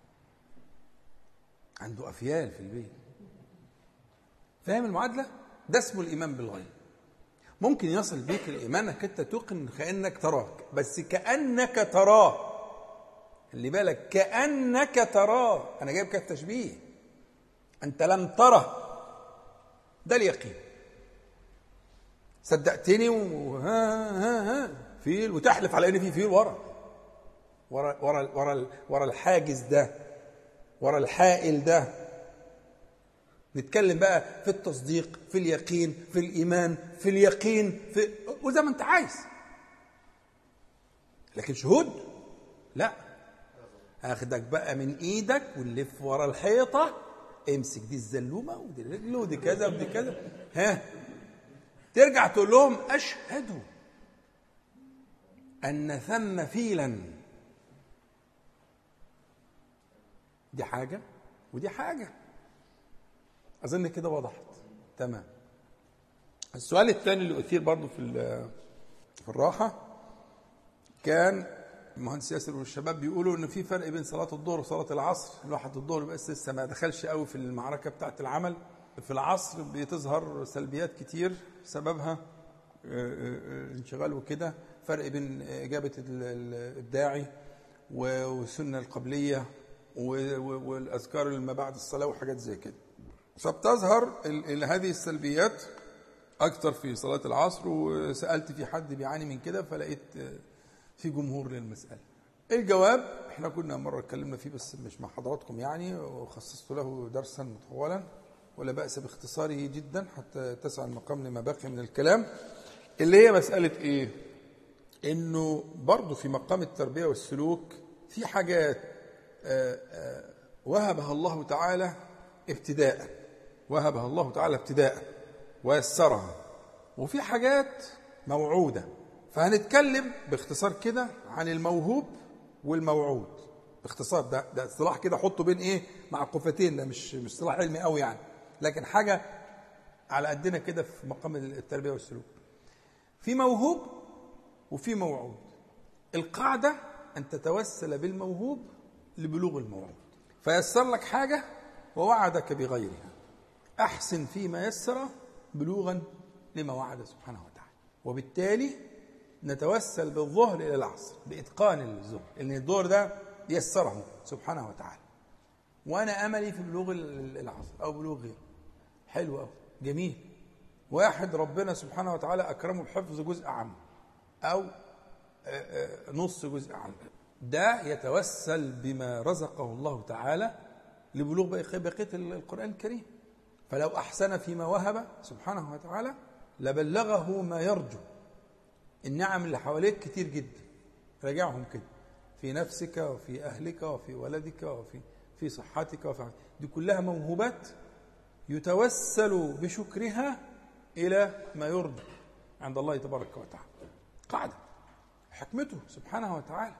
عنده أفيال في البيت. فاهم المعادلة؟ ده اسمه الإيمان بالغيب. ممكن يصل بيك الإيمان أنك أنت تقن كأنك تراك، بس كأنك تراه. اللي بالك كأنك تراه، أنا جايب كده تشبيه، أنت لم تره. ده اليقين. صدقتني وها ها ها فيل، وتحلف على إن في فيل ورا ورا ورا ورا, ورا الحاجز ده، ورا الحائل ده. نتكلم بقى في التصديق، في اليقين، في الإيمان، في اليقين، في وزي ما انت عايز. لكن شهود لا، هاخدك بقى من ايدك ونلف ورا الحيطة، امسك دي الزلومة ودي الرجل ودي كذا ودي كذا، ها ترجع تقول لهم أشهد. أن ثم فيلا، دي حاجة ودي حاجة. أظن كده وضحت تمام. السؤال الثاني اللي أثير برضو في في الراحة، كان المهندس ياسر والشباب بيقولوا إن في فرق بين صلاة الظهر وصلاة العصر. الواحد الظهر بس لسه ما دخلش قوي في المعركة بتاعة العمل. في العصر بتظهر سلبيات كتير سببها انشغال وكده. فرق بين إجابة الداعي والسنة القبلية والأذكار اللي بعد الصلاة وحاجات زي كده، فبتظهر هذه السلبيات أكثر في صلاة العصر. وسألت في حد بيعاني من كده فلقيت في جمهور للمسألة. الجواب احنا كنا مرة اتكلمنا فيه بس مش مع حضراتكم يعني، وخصصت له درسا مطولا ولا بأس باختصاره جدا حتى تسع المقام لما بقي من الكلام، اللي هي مسألة ايه؟ انه برضو في مقام التربية والسلوك في حاجات آآ آآ وهبها الله تعالى ابتداء، وهبها الله تعالى ابتداء ويسرها، وفي حاجات موعودة. فهنتكلم باختصار كده عن الموهوب والموعود باختصار. ده ده اصطلاح كده حطه بين ايه مع قفتين، ده مش مش اصطلاح علمي قوي يعني، لكن حاجة على قدنا كده في مقام التربية والسلوك. في موهوب وفي موعود. القاعدة أن تتوسل بالموهوب لبلوغ الموعود، فيسر لك حاجة ووعدك بغيرها. أحسن فيما يسر بلوغا لما وعد سبحانه وتعالى. وبالتالي نتوسل بالظهر إلى العصر بإتقان الظهر، لأن الظهر ده يسره سبحانه وتعالى، وأنا أملي في بلوغ العصر أو بلوغ غيره. حلو أو جميل. واحد ربنا سبحانه وتعالى أكرمه بحفظ جزء عام أو نص جزء عام، ده يتوسل بما رزقه الله تعالى لبلوغ بقية القرآن الكريم. فلو أحسن فيما وهب سبحانه وتعالى لبلغه ما يرجو. النعم اللي حواليك كتير جدا، راجعهم كده في نفسك وفي أهلك وفي ولدك وفي في صحتك وفي دي كلها موهوبات يتوسل بشكرها إلى ما يرجو عند الله تبارك وتعالى. قاعدة حكمته سبحانه وتعالى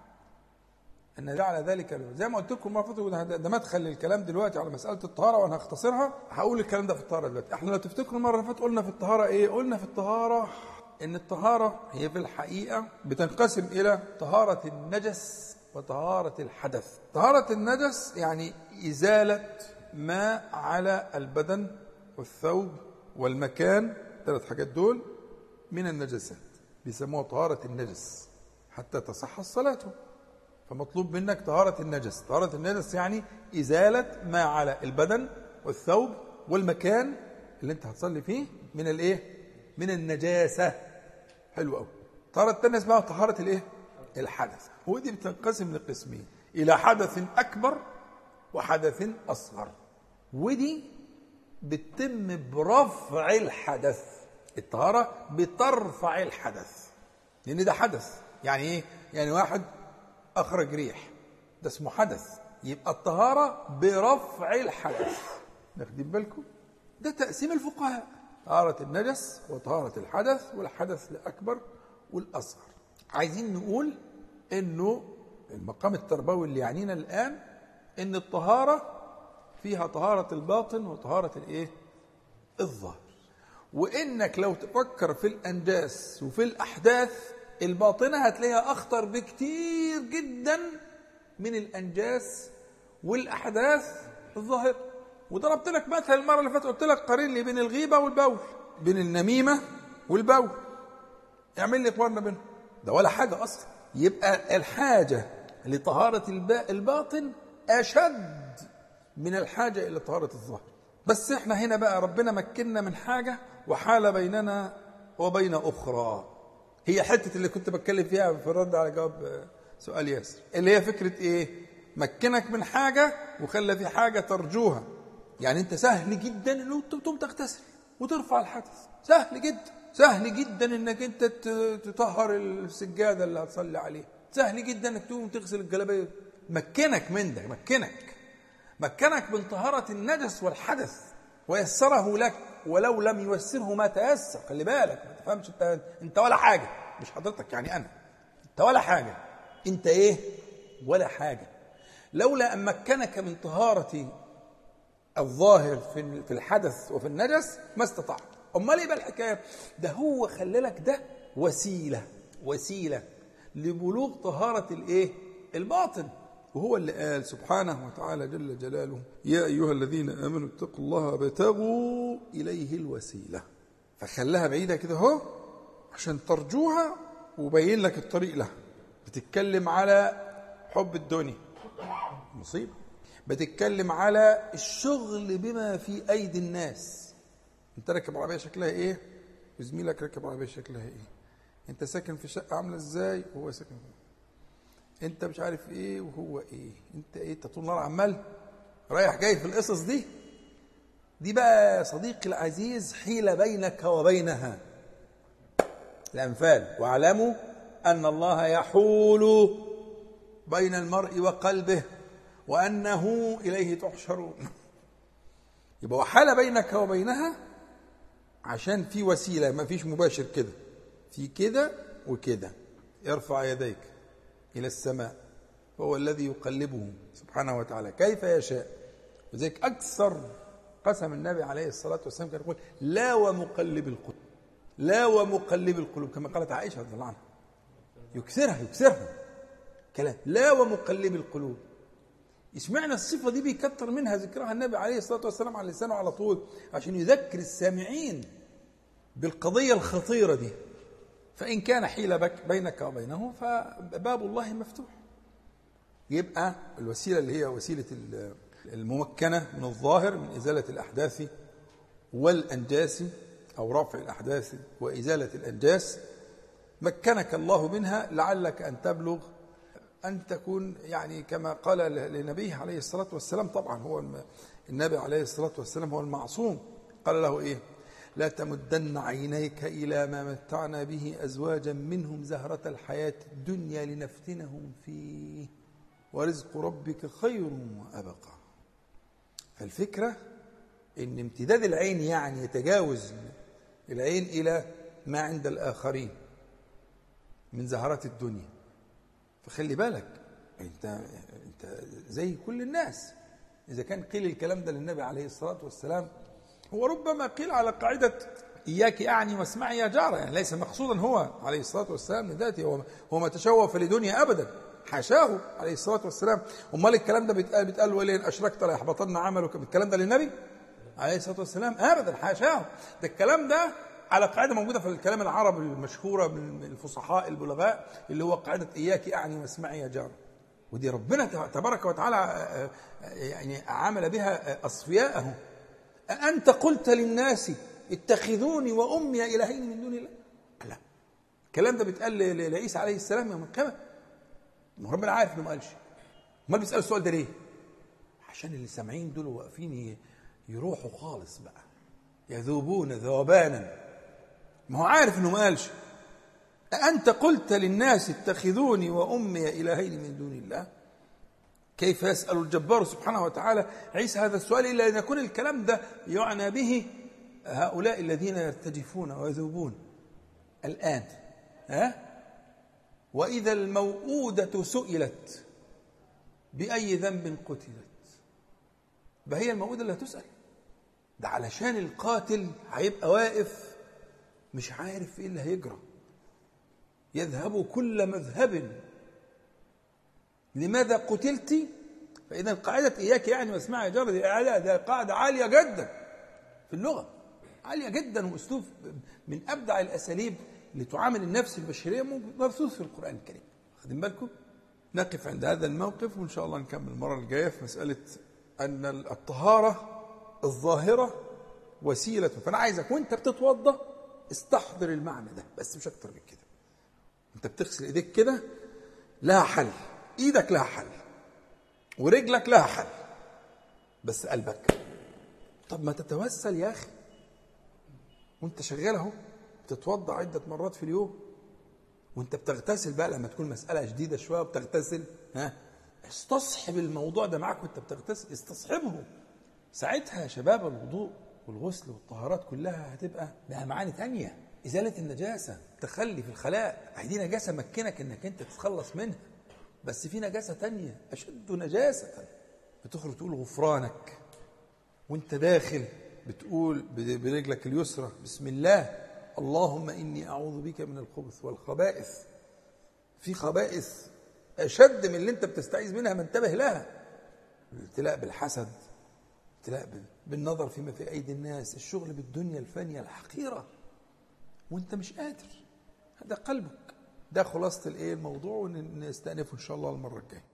أن جعل ذلك زي ما قلت لكم مرة فاتت. ده مدخل للكلام دلوقتي على مسألة الطهارة وأنا هختصرها. هقول الكلام ده في الطهارة دلوقتي. احنا لو تفتكروا المرة اللي فاتت قلنا في الطهارة إيه؟ قلنا في الطهارة إن الطهارة هي في الحقيقة بتنقسم إلى طهارة النجس وطهارة الحدث. طهارة النجس يعني إزالة ما على البدن والثوب والمكان، ثلاث حاجات دول من النجاسات بيسموها طهارة النجس حتى تصح الصلاة. فمطلوب منك طهارة النجس. طهارة النجس يعني إزالة ما على البدن والثوب والمكان اللي انت هتصلي فيه من الايه؟ من النجاسة. حلو قوي. طهارة التانية اسمها طهارة الايه؟ الحدث. ودي بتنقسم لقسمين، إلى حدث أكبر وحدث أصغر. ودي بتتم برفع الحدث. الطهارة بترفع الحدث لأن ده حدث. يعني إيه؟ يعني واحد أخرج ريح، ده اسمه حدث. يبقى الطهارة برفع الحدث. ناخدين بالكم؟ ده تقسيم الفقهاء: طهارة النجس وطهارة الحدث، والحدث الأكبر والأصغر. عايزين نقول إنه المقام التربوي اللي يعنينا الآن إن الطهارة فيها طهارة الباطن وطهارة الإيه؟ الظاهر. وإنك لو تفكر في الأنجاس وفي الأحداث الباطنة هتلاقيها أخطر بكتير جدا من الأنجاس والأحداث الظاهرة. وضربت لك مثل المرة اللي فاتت، قلت لك قارن لي بين الغيبة والبول، بين النميمة والبول، اعمل لي قارنة بينهم. ده ولا حاجة أصلا. يبقى الحاجة لطهارة الباطن أشد من الحاجة إلى طهارة الظاهر. بس احنا هنا بقى ربنا مكننا من حاجة وحال بيننا وبين أخرى. هي حتة اللي كنت بتكلم فيها في الرد على جواب سؤال ياسر، اللي هي فكرة ايه؟ مكنك من حاجة وخلى في حاجة ترجوها. يعني انت سهل جدا انه تقوم تغتسل وترفع الحدث، سهل جدا. سهل جدا انك انت تطهر السجادة اللي هتصلي عليها، سهل جدا انك تقوم تغسل الجلابية. مكنك من ده، مكنك مكنك من طهارة النجس والحدث ويسره لك، ولو لم ييسره ما تيسر. خلي بالك ما تفهمش انت انت ولا حاجة، مش حضرتك يعني انا انت ولا حاجة، انت ايه؟ ولا حاجة. لولا أن مكنك من طهارة الظاهر في الحدث وفي النجس ما استطعت. أمال ايه بقى الحكاية؟ ده هو خلالك ده وسيلة وسيلة لبلوغ طهارة الايه؟ الباطن. وهو اللي قال سبحانه وتعالى جل جلاله: يا أيها الذين آمنوا اتقوا الله وابتغوا إليه الوسيلة. فخلاها بعيدة كده اهو عشان ترجوها وبين لك الطريق لها. بتتكلم على حب الدنيا، مصيبة. بتتكلم على الشغل بما في أيدي الناس. انت راكب عربية شكلها ايه وزميلك راكب عربية شكلها ايه، انت ساكن في شقة عاملة ازاي وهو ساكن فيه، انت مش عارف ايه وهو ايه، انت ايه، انت طول النهار عمال رايح جاي في القصص دي. دي بقى صديقي العزيز حيلة بينك وبينها. الأنفال: واعلموا أن الله يحول بين المرء وقلبه وأنه إليه تحشرون. يبقى وحال بينك وبينها عشان في وسيلة، ما فيش مباشر كده، في كده وكده. ارفع يديك إلى السماء وهو الذي يقلبه سبحانه وتعالى كيف يشاء. وذلك أكثر قسم النبي عليه الصلاة والسلام كان يقول: لا ومقلب القلوب، لا ومقلب القلوب، كما قالت عائشة رضي الله عنها. يكثرها يكثرها كلام لا ومقلب القلوب. اشمعنى الصفة دي بيكتر منها ذكرها النبي عليه الصلاة والسلام على لسانه على طول؟ عشان يذكر السامعين بالقضية الخطيرة دي. فإن كان حيل بك بينك وبينه فباب الله مفتوح. يبقى الوسيلة اللي هي وسيلة الممكنة من الظاهر من إزالة الأحداث والأنجاس أو رفع الأحداث وإزالة الأنجاس، مكنك الله منها لعلك أن تبلغ أن تكون يعني كما قال لنبيه عليه الصلاة والسلام. طبعا هو النبي عليه الصلاة والسلام هو المعصوم. قال له إيه؟ لا تمدن عينيك إلى ما متعنا به أزواجا منهم زهرة الحياة الدنيا لنفتنهم فيه ورزق ربك خير وأبقى. فالفكرة إن امتداد العين يعني يتجاوز العين إلى ما عند الآخرين من زهرات الدنيا. فخلي بالك انت انت زي كل الناس. اذا كان قيل الكلام ده للنبي عليه الصلاه والسلام، هو ربما قيل على قاعده اياك اعني واسمعي يا جاره، يعني ليس مقصودا هو عليه الصلاه والسلام لذاته، هو هو ما تشوف لدنيا ابدا، حاشاه عليه الصلاه والسلام. امال الكلام ده بيتقال بيتقال ولئن اشركت ليحبطن عملك، الكلام ده للنبي عليه الصلاه والسلام؟ ابدا، حاشاه. ده الكلام ده على قاعدة موجودة في الكلام العربي المشهورة من الفصحاء البلغاء، اللي هو قاعدة إياك أعني واسمعي يا جار. ودي ربنا تبارك وتعالى يعني عمل بها أصفياءه. أأنت قلت للناس اتخذوني وأمي إلهين من دون الله؟ لا، الكلام ده بيتقال لعيسى عليه السلام يوم القيامة. ربنا عارف إنه ما قالش. امال بيسأل السؤال ده ليه؟ عشان اللي سامعين دول واقفين يروحوا خالص بقى، يذوبون ذوبانا. ما هو عارف انه ما قالش. أأنت قلت للناس اتخذوني وأمي إلهين من دون الله؟ كيف يسأل الجبار سبحانه وتعالى عيسى هذا السؤال إلا أن يكون الكلام ده يعنى به هؤلاء الذين يرتجفون ويذوبون الآن. ها؟ وإذا الموءودة سئلت بأي ذنب قتلت، فهي الموءودة اللي هتسأل. ده علشان القاتل هيبقى واقف مش عارف ايه اللي هيجرى، يذهب كل مذهب لماذا قتلت. فإذا قاعدة إياك يعني واسمعي يا جار دي قاعدة عالية جدا في اللغة، عالية جدا، وأسلوب من أبدع الأساليب لتعامل النفس البشرية مبثوث في القرآن الكريم. خدين بالكم؟ نقف عند هذا الموقف وإن شاء الله نكمل المرة الجاية في مسألة أن الطهارة الظاهرة وسيلة. فأنا عايزك وأنت بتتوضأ استحضر المعنى ده بس، مش أكتر من كده. أنت بتغسل إيديك كده لها حل، إيدك لها حل ورجلك لها حل، بس قلبك. طب ما تتوسل يا أخي وأنت شغال أهو، بتتوضأ عدة مرات في اليوم، وأنت بتغتسل بقى لما تكون مسألة جديدة شوية وبتغتسل، ها استصحب الموضوع ده معاك وأنت بتغتسل، استصحبه. ساعتها يا شباب الوضوء والغسل والطهارات كلها هتبقى لها معاني تانية. إزالة النجاسة، تخلي في الخلاء، دي نجاسة مكنك إنك أنت تتخلص منها. بس في نجاسة تانية أشد نجاسة، بتخرج تقول غفرانك وانت داخل، بتقول برجلك اليسرى بسم الله اللهم إني أعوذ بك من الخبث والخبائث. في خبائث أشد من اللي انت بتستعيذ منها، ما انتبه لها. الابتلاء بالحسد، الابتلاء بالنظر فيما في أيدي الناس، الشغل بالدنيا الفانية الحقيرة وانت مش قادر. هذا قلبك. ده خلاصة الايه الموضوع، ونستأنفه إن شاء الله المرة الجاية.